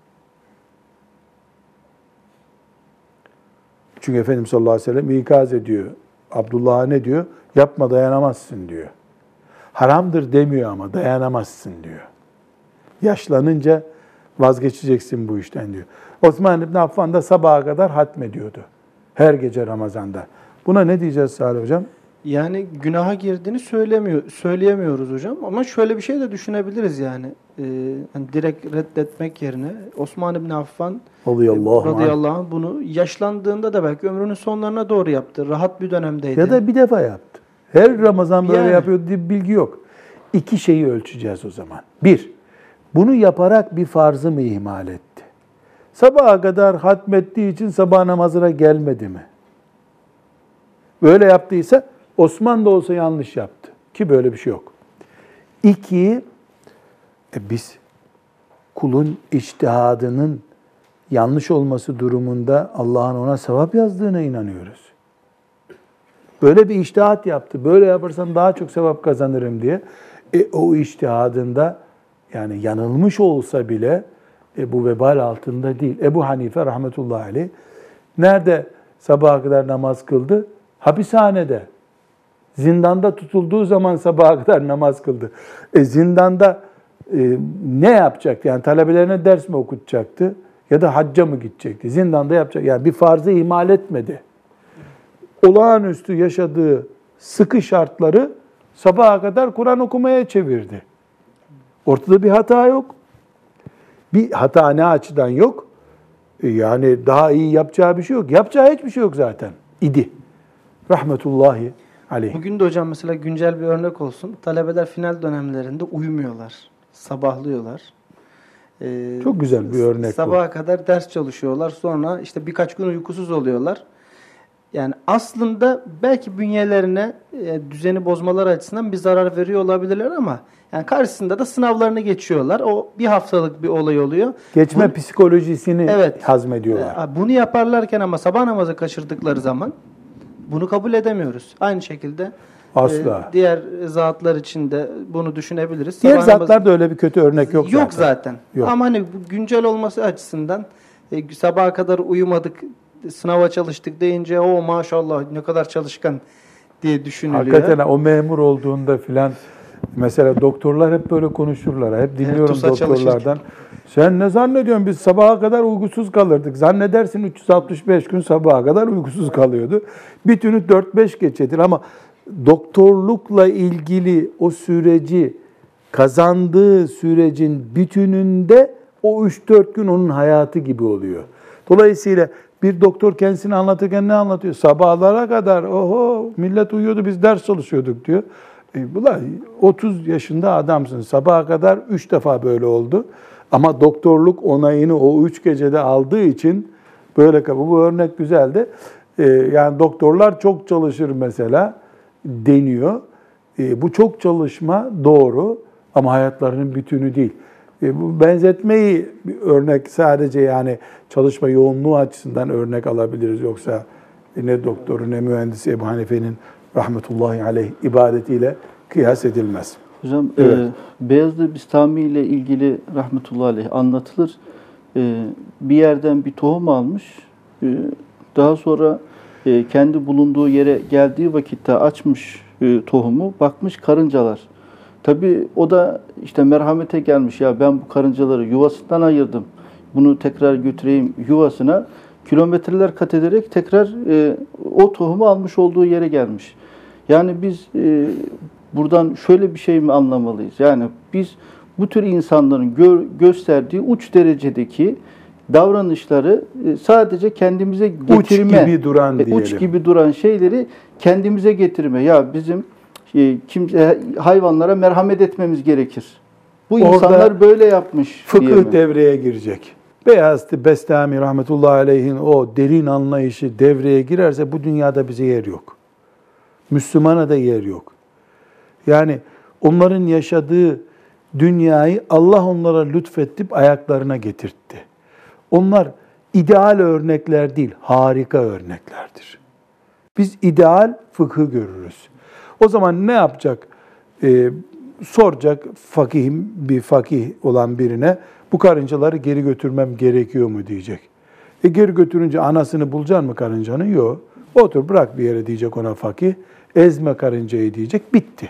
Çünkü Efendimiz sallallahu aleyhi ve sellem ikaz ediyor. Abdullah'a ne diyor? Yapma, dayanamazsın diyor. Haramdır demiyor ama dayanamazsın diyor. Yaşlanınca vazgeçeceksin bu işten diyor. Osman İbni Affan da sabaha kadar hatmediyordu. Her gece Ramazan'da. Buna ne diyeceğiz Salih Hocam? Yani günaha girdiğini söylemiyor, söyleyemiyoruz hocam. Ama şöyle bir şey de düşünebiliriz yani. Ee, hani direkt reddetmek yerine Osman İbni Affan radıyallahu anh. radıyallahu anh bunu yaşlandığında da belki ömrünün sonlarına doğru yaptı. Rahat bir dönemdeydi. Ya da bir defa yaptı. Her Ramazan böyle Yani. yapıyor diye bir bilgi yok. İki şeyi ölçeceğiz o zaman. Bir, bunu yaparak bir farzı mı ihmal etti? Sabaha kadar hatmettiği için sabah namazına gelmedi mi? Böyle yaptıysa Osman da olsa yanlış yaptı. Ki böyle bir şey yok. İki, e biz kulun içtihadının yanlış olması durumunda Allah'ın ona sevap yazdığına inanıyoruz. Böyle bir içtihat yaptı. Böyle yaparsam daha çok sevap kazanırım diye. E, o içtihadında yani yanılmış olsa bile e, bu vebal altında değil. Ebu Hanife rahmetullahi aleyh nerede sabaha kadar namaz kıldı? Hapishanede. Zindanda tutulduğu zaman sabaha kadar namaz kıldı. E, zindanda e, ne yapacak? Yani talebelerine ders mi okutacaktı? Ya da hacca mı gidecekti? Zindanda yapacak. Yani bir farzı ihmal etmedi. Olağanüstü yaşadığı sıkı şartları sabaha kadar Kur'an okumaya çevirdi. Ortada bir hata yok. Bir hata ne açıdan yok? Yani daha iyi yapacağı bir şey yok. Yapacağı hiçbir şey yok zaten. İdi. Rahmetullahi aleyh. Bugün de hocam mesela güncel bir örnek olsun. Talebeler final dönemlerinde uyumuyorlar. Sabahlıyorlar. Ee, Çok güzel bir örnek bu. Sabaha kadar ders çalışıyorlar. Sonra işte birkaç gün uykusuz oluyorlar. Yani aslında belki bünyelerine e, düzeni bozmaları açısından bir zarar veriyor olabilirler ama yani karşısında da sınavlarını geçiyorlar. O bir haftalık bir olay oluyor. Geçme Bu, psikolojisini evet, hazmediyorlar. E, bunu yaparlarken ama sabah namazı kaçırdıkları zaman bunu kabul edemiyoruz. Aynı şekilde Asla. e, diğer zatlar için de bunu düşünebiliriz. Diğer Sabah zatlarda namazı, öyle bir kötü örnek yok, yok zaten. zaten. Yok. Ama hani bu güncel olması açısından e, sabaha kadar uyumadık, sınava çalıştık deyince o maşallah ne kadar çalışkan diye düşünülüyor. Hakikaten o memur olduğunda filan mesela doktorlar hep böyle konuşurlar. Hep dinliyorum TUS'a doktorlardan. çalışırken. Sen ne zannediyorsun biz sabaha kadar uykusuz kalırdık. Zannedersin üç yüz altmış beş gün sabaha kadar uykusuz kalıyordu. Bir günü dört beş gecedir ama doktorlukla ilgili o süreci kazandığı sürecin bütününde o üç dört gün onun hayatı gibi oluyor. Dolayısıyla bir doktor kendisini anlatırken ne anlatıyor? Sabahlara kadar oho millet uyuyordu biz ders çalışıyorduk diyor. E, bunlar otuz yaşında adamsın. Sabaha kadar üç defa böyle oldu. Ama doktorluk onayını o üç gecede aldığı için böyle bu, bu örnek güzeldi. E, yani doktorlar çok çalışır mesela deniyor. E, bu çok çalışma doğru ama hayatlarının bütünü değil. E, bu benzetmeyi bir örnek sadece yani çalışma yoğunluğu açısından örnek alabiliriz. Yoksa ne doktoru ne mühendisi Ebu Hanife'nin rahmetullahi aleyh ibadetiyle kıyas edilmez. Hocam Evet. e, Beyazlı Bistami ile ilgili rahmetullahi aleyh anlatılır. E, bir yerden bir tohum almış. E, daha sonra e, kendi bulunduğu yere geldiği vakitte açmış e, tohumu. Bakmış karıncalar. Tabii o da işte merhamete gelmiş. Ya ben bu karıncaları yuvasından ayırdım. Bunu tekrar götüreyim yuvasına. Kilometreler kat ederek tekrar e, o tohumu almış olduğu yere gelmiş. Yani biz e, buradan şöyle bir şey mi anlamalıyız? Yani biz bu tür insanların gö gösterdiği uç derecedeki davranışları e, sadece kendimize getirme, uç gibi duran e, diyelim. uç gibi duran şeyleri kendimize getirme. Ya bizim e, kimse hayvanlara merhamet etmemiz gerekir. Bu Orada insanlar böyle yapmış fıkıh diyemem. devreye girecek. Beyazıt Bestami rahmetullahi aleyhin o derin anlayışı devreye girerse bu dünyada bize yer yok. Müslümana da yer yok. Yani onların yaşadığı dünyayı Allah onlara lütfedip ayaklarına getirtti. Onlar ideal örnekler değil, harika örneklerdir. Biz ideal fıkhı görürüz. O zaman ne yapacak? Ee, soracak fakihim bir fakih olan birine bu karıncaları geri götürmem gerekiyor mu diyecek. E geri götürünce anasını bulacaksın mı karıncanın? Yok. Otur bırak bir yere diyecek ona fakih. Ezme karıncayı diyecek. Bitti.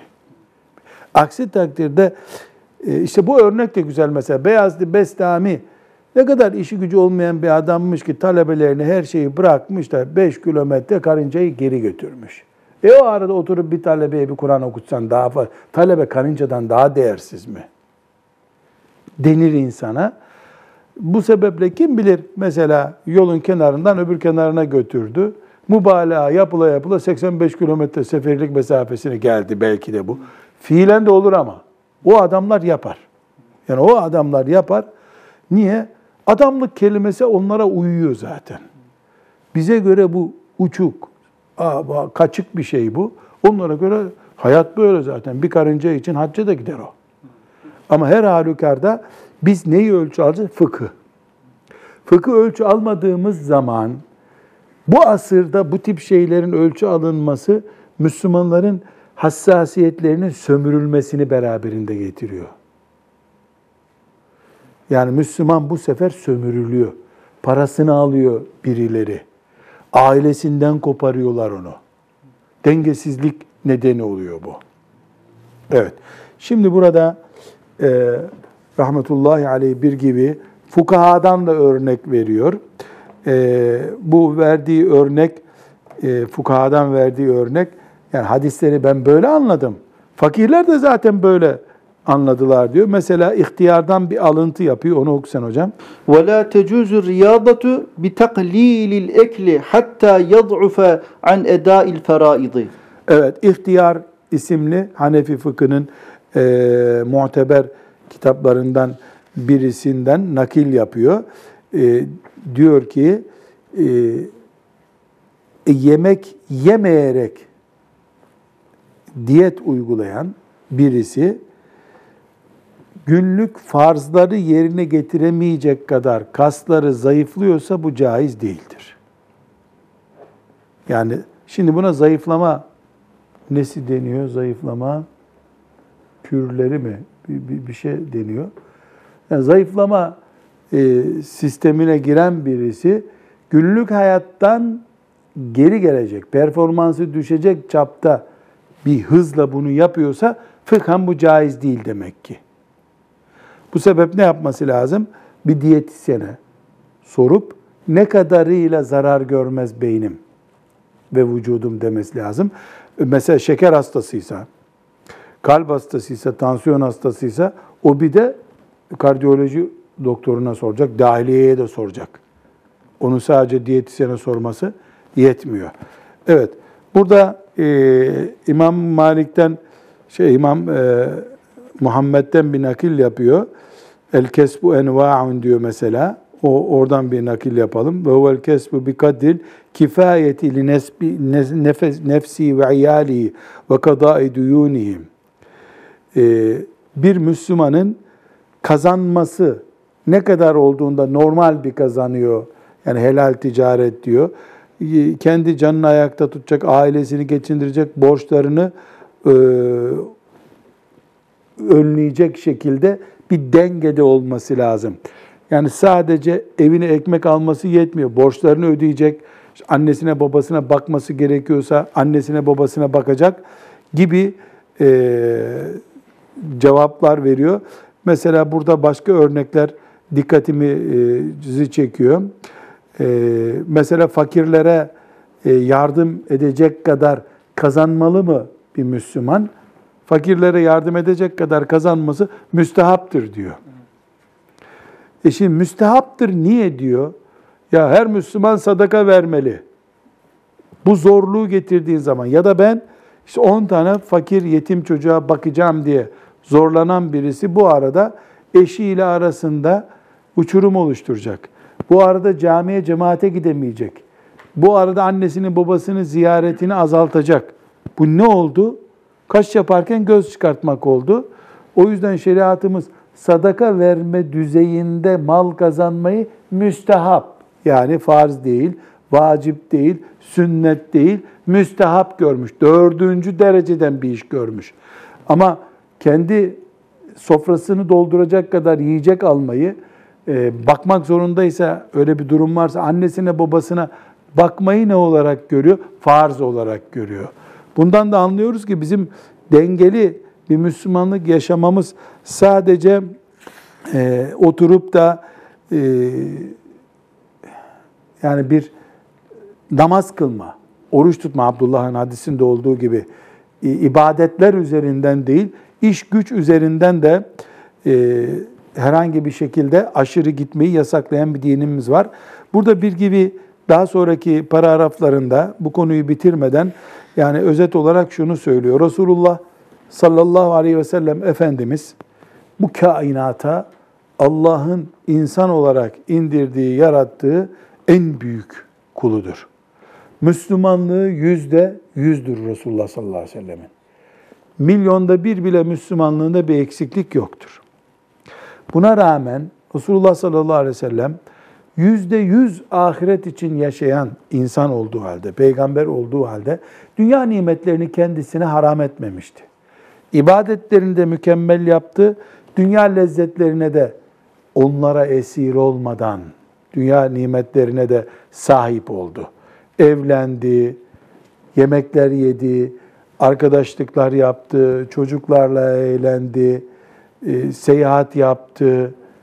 Aksi takdirde işte bu örnek de güzel mesela. Beyazlı Bestami ne kadar işi gücü olmayan bir adammış ki talebelerini her şeyi bırakmış da beş kilometre karıncayı geri götürmüş. E o arada oturup bir talebeye bir Kur'an okutsan daha fazla. Talebe karıncadan daha değersiz mi? Denir insana. Bu sebeple kim bilir mesela yolun kenarından öbür kenarına götürdü. Mübalağa yapıla yapıla seksen beş kilometre seferlik mesafesine geldi belki de bu. Fiilen de olur ama o adamlar yapar. Yani o adamlar yapar. Niye? Adamlık kelimesi onlara uyuyor zaten. Bize göre bu uçuk, kaçık bir şey bu. Onlara göre hayat böyle zaten. Bir karınca için hacca da gider o. Ama her halükarda biz neyi ölçü alacağız? Fıkı. Fıkı ölçü almadığımız zaman bu asırda bu tip şeylerin ölçü alınması Müslümanların hassasiyetlerinin sömürülmesini beraberinde getiriyor. Yani Müslüman bu sefer sömürülüyor. Parasını alıyor birileri. Ailesinden koparıyorlar onu. Dengesizlik nedeni oluyor bu. Evet. Şimdi burada e, rahmetullahi aleyh bir gibi Fukahadan da örnek veriyor. E, bu verdiği örnek, e, fukahadan verdiği örnek, yani hadisleri ben böyle anladım. Fakirler de zaten böyle anladılar diyor. Mesela ihtiyardan bir alıntı yapıyor. Onu oku sen hocam. وَلَا تَجُوزُ الرِّيَاضَةُ بِتَقْلِيلِ الْاَكْلِ حَتَّى يَضْعُفَ عَنْ اَدَاءِ الْفَرَائِضِ. Evet, İhtiyar isimli Hanefi fıkhının e, muteber kitaplarından birisinden nakil yapıyor. E, diyor ki e, yemek yemeyerek diyet uygulayan birisi günlük farzları yerine getiremeyecek kadar kasları zayıflıyorsa bu caiz değildir. Yani şimdi buna zayıflama nesi deniyor? Zayıflama kürleri mi? Bir, bir, bir şey deniyor. Yani zayıflama e, sistemine giren birisi günlük hayattan geri gelecek, performansı düşecek çapta bir hızla bunu yapıyorsa fıkhan bu caiz değil demek ki. Bu sebep ne yapması lazım? Bir diyetisyene sorup ne kadarıyla zarar görmez beynim ve vücudum demesi lazım. Mesela şeker hastasıysa, kalp hastasıysa, tansiyon hastasıysa o bir de kardiyoloji doktoruna soracak, dahiliyeye de soracak. Onu sadece diyetisyene sorması yetmiyor. Evet, burada e, İmam Malik'ten, şey İmam e, Muhammed'den bir nakil yapıyor. El kesbu enva'un diyor mesela. O oradan bir nakil yapalım. Ve huvel kesbu bi kadril kifayeti li nesbi nefes nefsi ve iyali ve kadai duyunihim. Ee, bir Müslümanın kazanması ne kadar olduğunda normal bir kazanıyor. Yani helal ticaret diyor. Kendi canını ayakta tutacak, ailesini geçindirecek, borçlarını e, önleyecek şekilde bir dengede olması lazım. Yani sadece evine ekmek alması yetmiyor. Borçlarını ödeyecek, annesine babasına bakması gerekiyorsa annesine babasına bakacak gibi e, cevaplar veriyor. Mesela burada başka örnekler dikkatimizi çekiyor. E, mesela fakirlere e, yardım edecek kadar kazanmalı mı bir Müslüman? Fakirlere yardım edecek kadar kazanması müstehaptır diyor. E şimdi müstehaptır niye diyor? Ya her Müslüman sadaka vermeli. Bu zorluğu getirdiğin zaman ya da ben işte on tane fakir yetim çocuğa bakacağım diye zorlanan birisi bu arada eşiyle arasında uçurum oluşturacak. Bu arada camiye, cemaate gidemeyecek. Bu arada annesinin babasının ziyaretini azaltacak. Bu ne oldu? Kaş yaparken göz çıkartmak oldu. O yüzden şeriatımız sadaka verme düzeyinde mal kazanmayı müstehap, yani farz değil, vacip değil, sünnet değil, müstehap görmüş. Dördüncü dereceden bir iş görmüş. Ama kendi sofrasını dolduracak kadar yiyecek almayı, e, bakmak zorundaysa, öyle bir durum varsa annesine babasına bakmayı ne olarak görüyor? Farz olarak görüyor. Bundan da anlıyoruz ki bizim dengeli bir Müslümanlık yaşamamız sadece e, oturup da e, yani bir namaz kılma, oruç tutma, Abdullah'ın hadisinde olduğu gibi e, ibadetler üzerinden değil, iş güç üzerinden de e, herhangi bir şekilde aşırı gitmeyi yasaklayan bir dinimiz var. Burada bir gibi daha sonraki paragraflarında bu konuyu bitirmeden yani özet olarak şunu söylüyor. Resulullah sallallahu aleyhi ve sellem Efendimiz bu kainata Allah'ın insan olarak indirdiği, yarattığı en büyük kuludur. Müslümanlığı yüzde yüzdür Resulullah sallallahu aleyhi ve sellemin. Milyonda bir bile Müslümanlığında bir eksiklik yoktur. Buna rağmen Resulullah sallallahu aleyhi ve sellem yüzde yüz ahiret için yaşayan insan olduğu halde, peygamber olduğu halde dünya nimetlerini kendisine haram etmemişti. İbadetlerini de mükemmel yaptı. Dünya lezzetlerine de onlara esir olmadan dünya nimetlerine de sahip oldu. Evlendi, yemekler yedi, arkadaşlıklar yaptı, çocuklarla eğlendi, e, seyahat yaptı,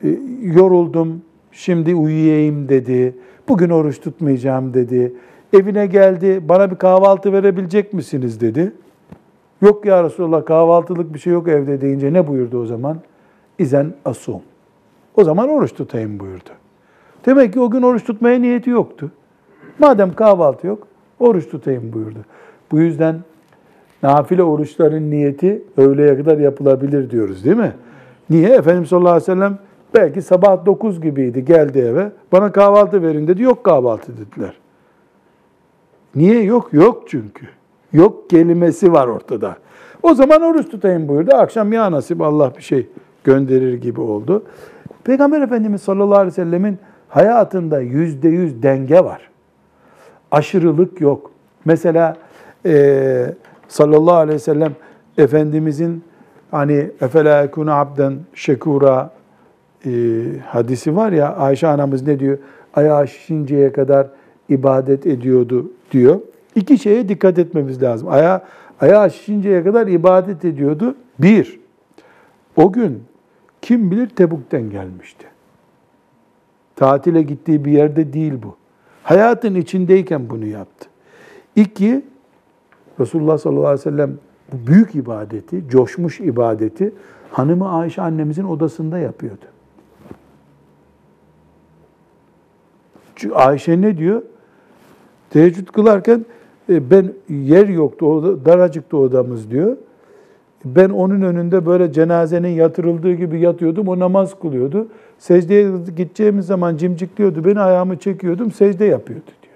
e, yoruldum, şimdi uyuyayım dedi. Bugün oruç tutmayacağım dedi. Evine geldi, bana bir kahvaltı verebilecek misiniz dedi. Yok ya Resulallah, kahvaltılık bir şey yok evde deyince ne buyurdu o zaman? İzen asum. O zaman oruç tutayım buyurdu. Demek ki o gün oruç tutmaya niyeti yoktu. Madem kahvaltı yok, oruç tutayım buyurdu. Bu yüzden nafile oruçların niyeti öğleye kadar yapılabilir diyoruz değil mi? Niye? Efendimiz sallallahu aleyhi ve sellem belki sabah dokuz gibiydi, geldi eve. Bana kahvaltı verin dedi. Yok kahvaltı dediler. Niye yok? Yok çünkü. Yok kelimesi var ortada. O zaman oruç tutayım buyurdu. Akşam ya nasip Allah bir şey gönderir gibi oldu. Peygamber Efendimiz sallallahu aleyhi ve sellemin hayatında yüzde yüz denge var. Aşırılık yok. Mesela e, sallallahu aleyhi ve sellem Efendimizin hani efela ekunu abden şekura e, hadisi var ya, Ayşe anamız ne diyor? Ayağı şişinceye kadar ibadet ediyordu diyor. İki şeye dikkat etmemiz lazım. Ayağı, ayağı şişinceye kadar ibadet ediyordu. Bir, o gün kim bilir Tebuk'ten gelmişti. Tatile gittiği bir yerde değil bu. Hayatın içindeyken bunu yaptı. İki, Resulullah sallallahu aleyhi ve sellem bu büyük ibadeti, coşmuş ibadeti hanımı Ayşe annemizin odasında yapıyordu. Çünkü Ayşe ne diyor? Teheccüd kılarken ben yer yoktu, oda, daracıktı odamız diyor. Ben onun önünde böyle cenazenin yatırıldığı gibi yatıyordum, o namaz kılıyordu. Secdeye gideceğimiz zaman cimcikliyordu, beni ayağımı çekiyordum, secde yapıyordu diyor.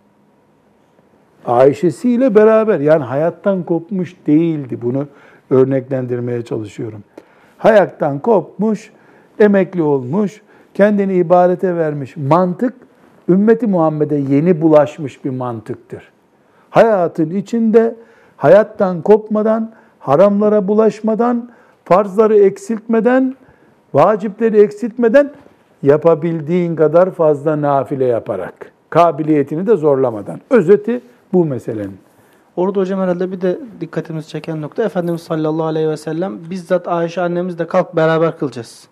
Ayşe'siyle beraber, yani hayattan kopmuş değildi, bunu örneklendirmeye çalışıyorum. Hayattan kopmuş, emekli olmuş, kendini ibadete vermiş mantık, ümmeti Muhammed'e yeni bulaşmış bir mantıktır. Hayatın içinde, hayattan kopmadan, haramlara bulaşmadan, farzları eksiltmeden, vacipleri eksiltmeden, yapabildiğin kadar fazla nafile yaparak, kabiliyetini de zorlamadan. Özeti bu meselenin. Orada hocam herhalde bir de dikkatimizi çeken nokta, Efendimiz sallallahu aleyhi ve sellem bizzat Ayşe annemiz de kalk beraber kılacağız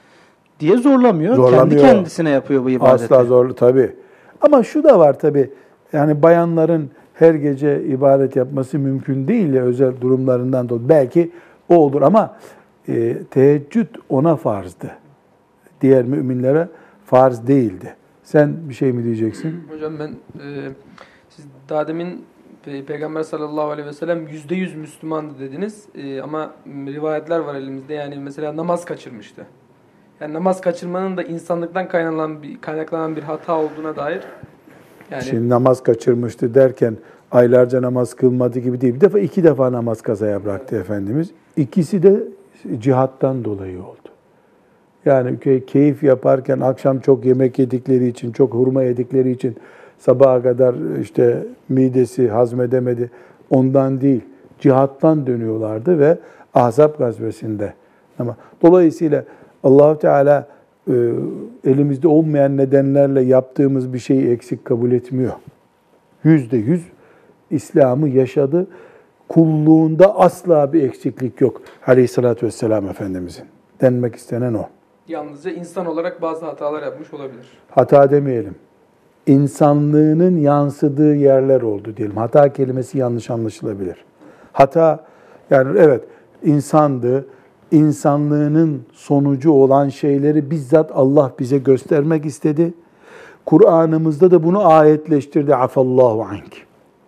diye zorlamıyor. Zorlamıyor. Kendi kendisine yapıyor bu ibadeti. Asla zorlu tabii. Ama şu da var tabii. Yani bayanların her gece ibadet yapması mümkün değil ya, özel durumlarından dolayı. Belki o olur ama e, teheccüd ona farzdı. Diğer müminlere farz değildi. Sen bir şey mi diyeceksin? Hocam ben e, siz daha demin Pe- Peygamber sallallahu aleyhi ve sellem yüzde yüz Müslümandı dediniz. E, ama rivayetler var elimizde. Yani mesela namaz kaçırmıştı. Yani namaz kaçırmanın da insanlıktan kaynaklanan bir, kaynaklanan bir hata olduğuna dair. Yani Şimdi namaz kaçırmıştı derken aylarca namaz kılmadı gibi değil. Bir defa iki defa namaz kazaya bıraktı Efendimiz. İkisi de cihattan dolayı oldu. Yani keyif yaparken akşam çok yemek yedikleri için, çok hurma yedikleri için sabaha kadar işte midesi hazmedemedi. Ondan değil, cihattan dönüyorlardı ve Ahzab gazvesinde. Ama dolayısıyla Allah-u Teala e, elimizde olmayan nedenlerle yaptığımız bir şeyi eksik kabul etmiyor. Yüzde yüz İslam'ı yaşadı. Kulluğunda asla bir eksiklik yok. Aleyhissalatü vesselam Efendimizin. Denmek istenen o. yalnızca insan olarak bazı hatalar yapmış olabilir. Hata demeyelim. İnsanlığının yansıdığı yerler oldu diyelim. Hata kelimesi yanlış anlaşılabilir. Hata, yani evet insandı, insanlığının sonucu olan şeyleri bizzat Allah bize göstermek istedi. Kur'an'ımızda da bunu ayetleştirdi. Afallahu ank.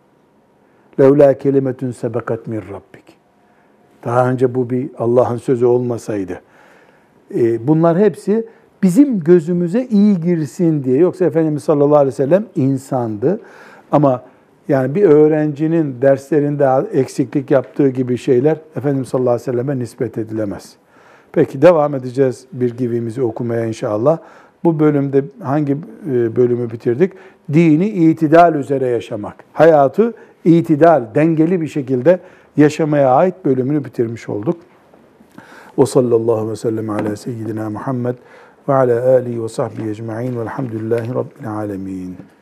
Levla kelimetun sebekat min rabbik. Daha önce bu bir Allah'ın sözü olmasaydı. Bunlar hepsi bizim gözümüze iyi girsin diye. Yoksa Efendimiz sallallahu aleyhi ve sellem insandı. Ama yani bir öğrencinin derslerinde eksiklik yaptığı gibi şeyler Efendimiz sallallahu aleyhi ve selleme nispet edilemez. Peki devam edeceğiz bilgimizi okumaya inşallah. Bu bölümde hangi bölümü bitirdik? Dini itidal üzere yaşamak. Hayatı itidal, dengeli bir şekilde yaşamaya ait bölümünü bitirmiş olduk. Ve sallallahu ve sellem ala seyyidina Muhammed ve ala alihi ve sahbihi ecma'in velhamdülillahi rabbil alemin.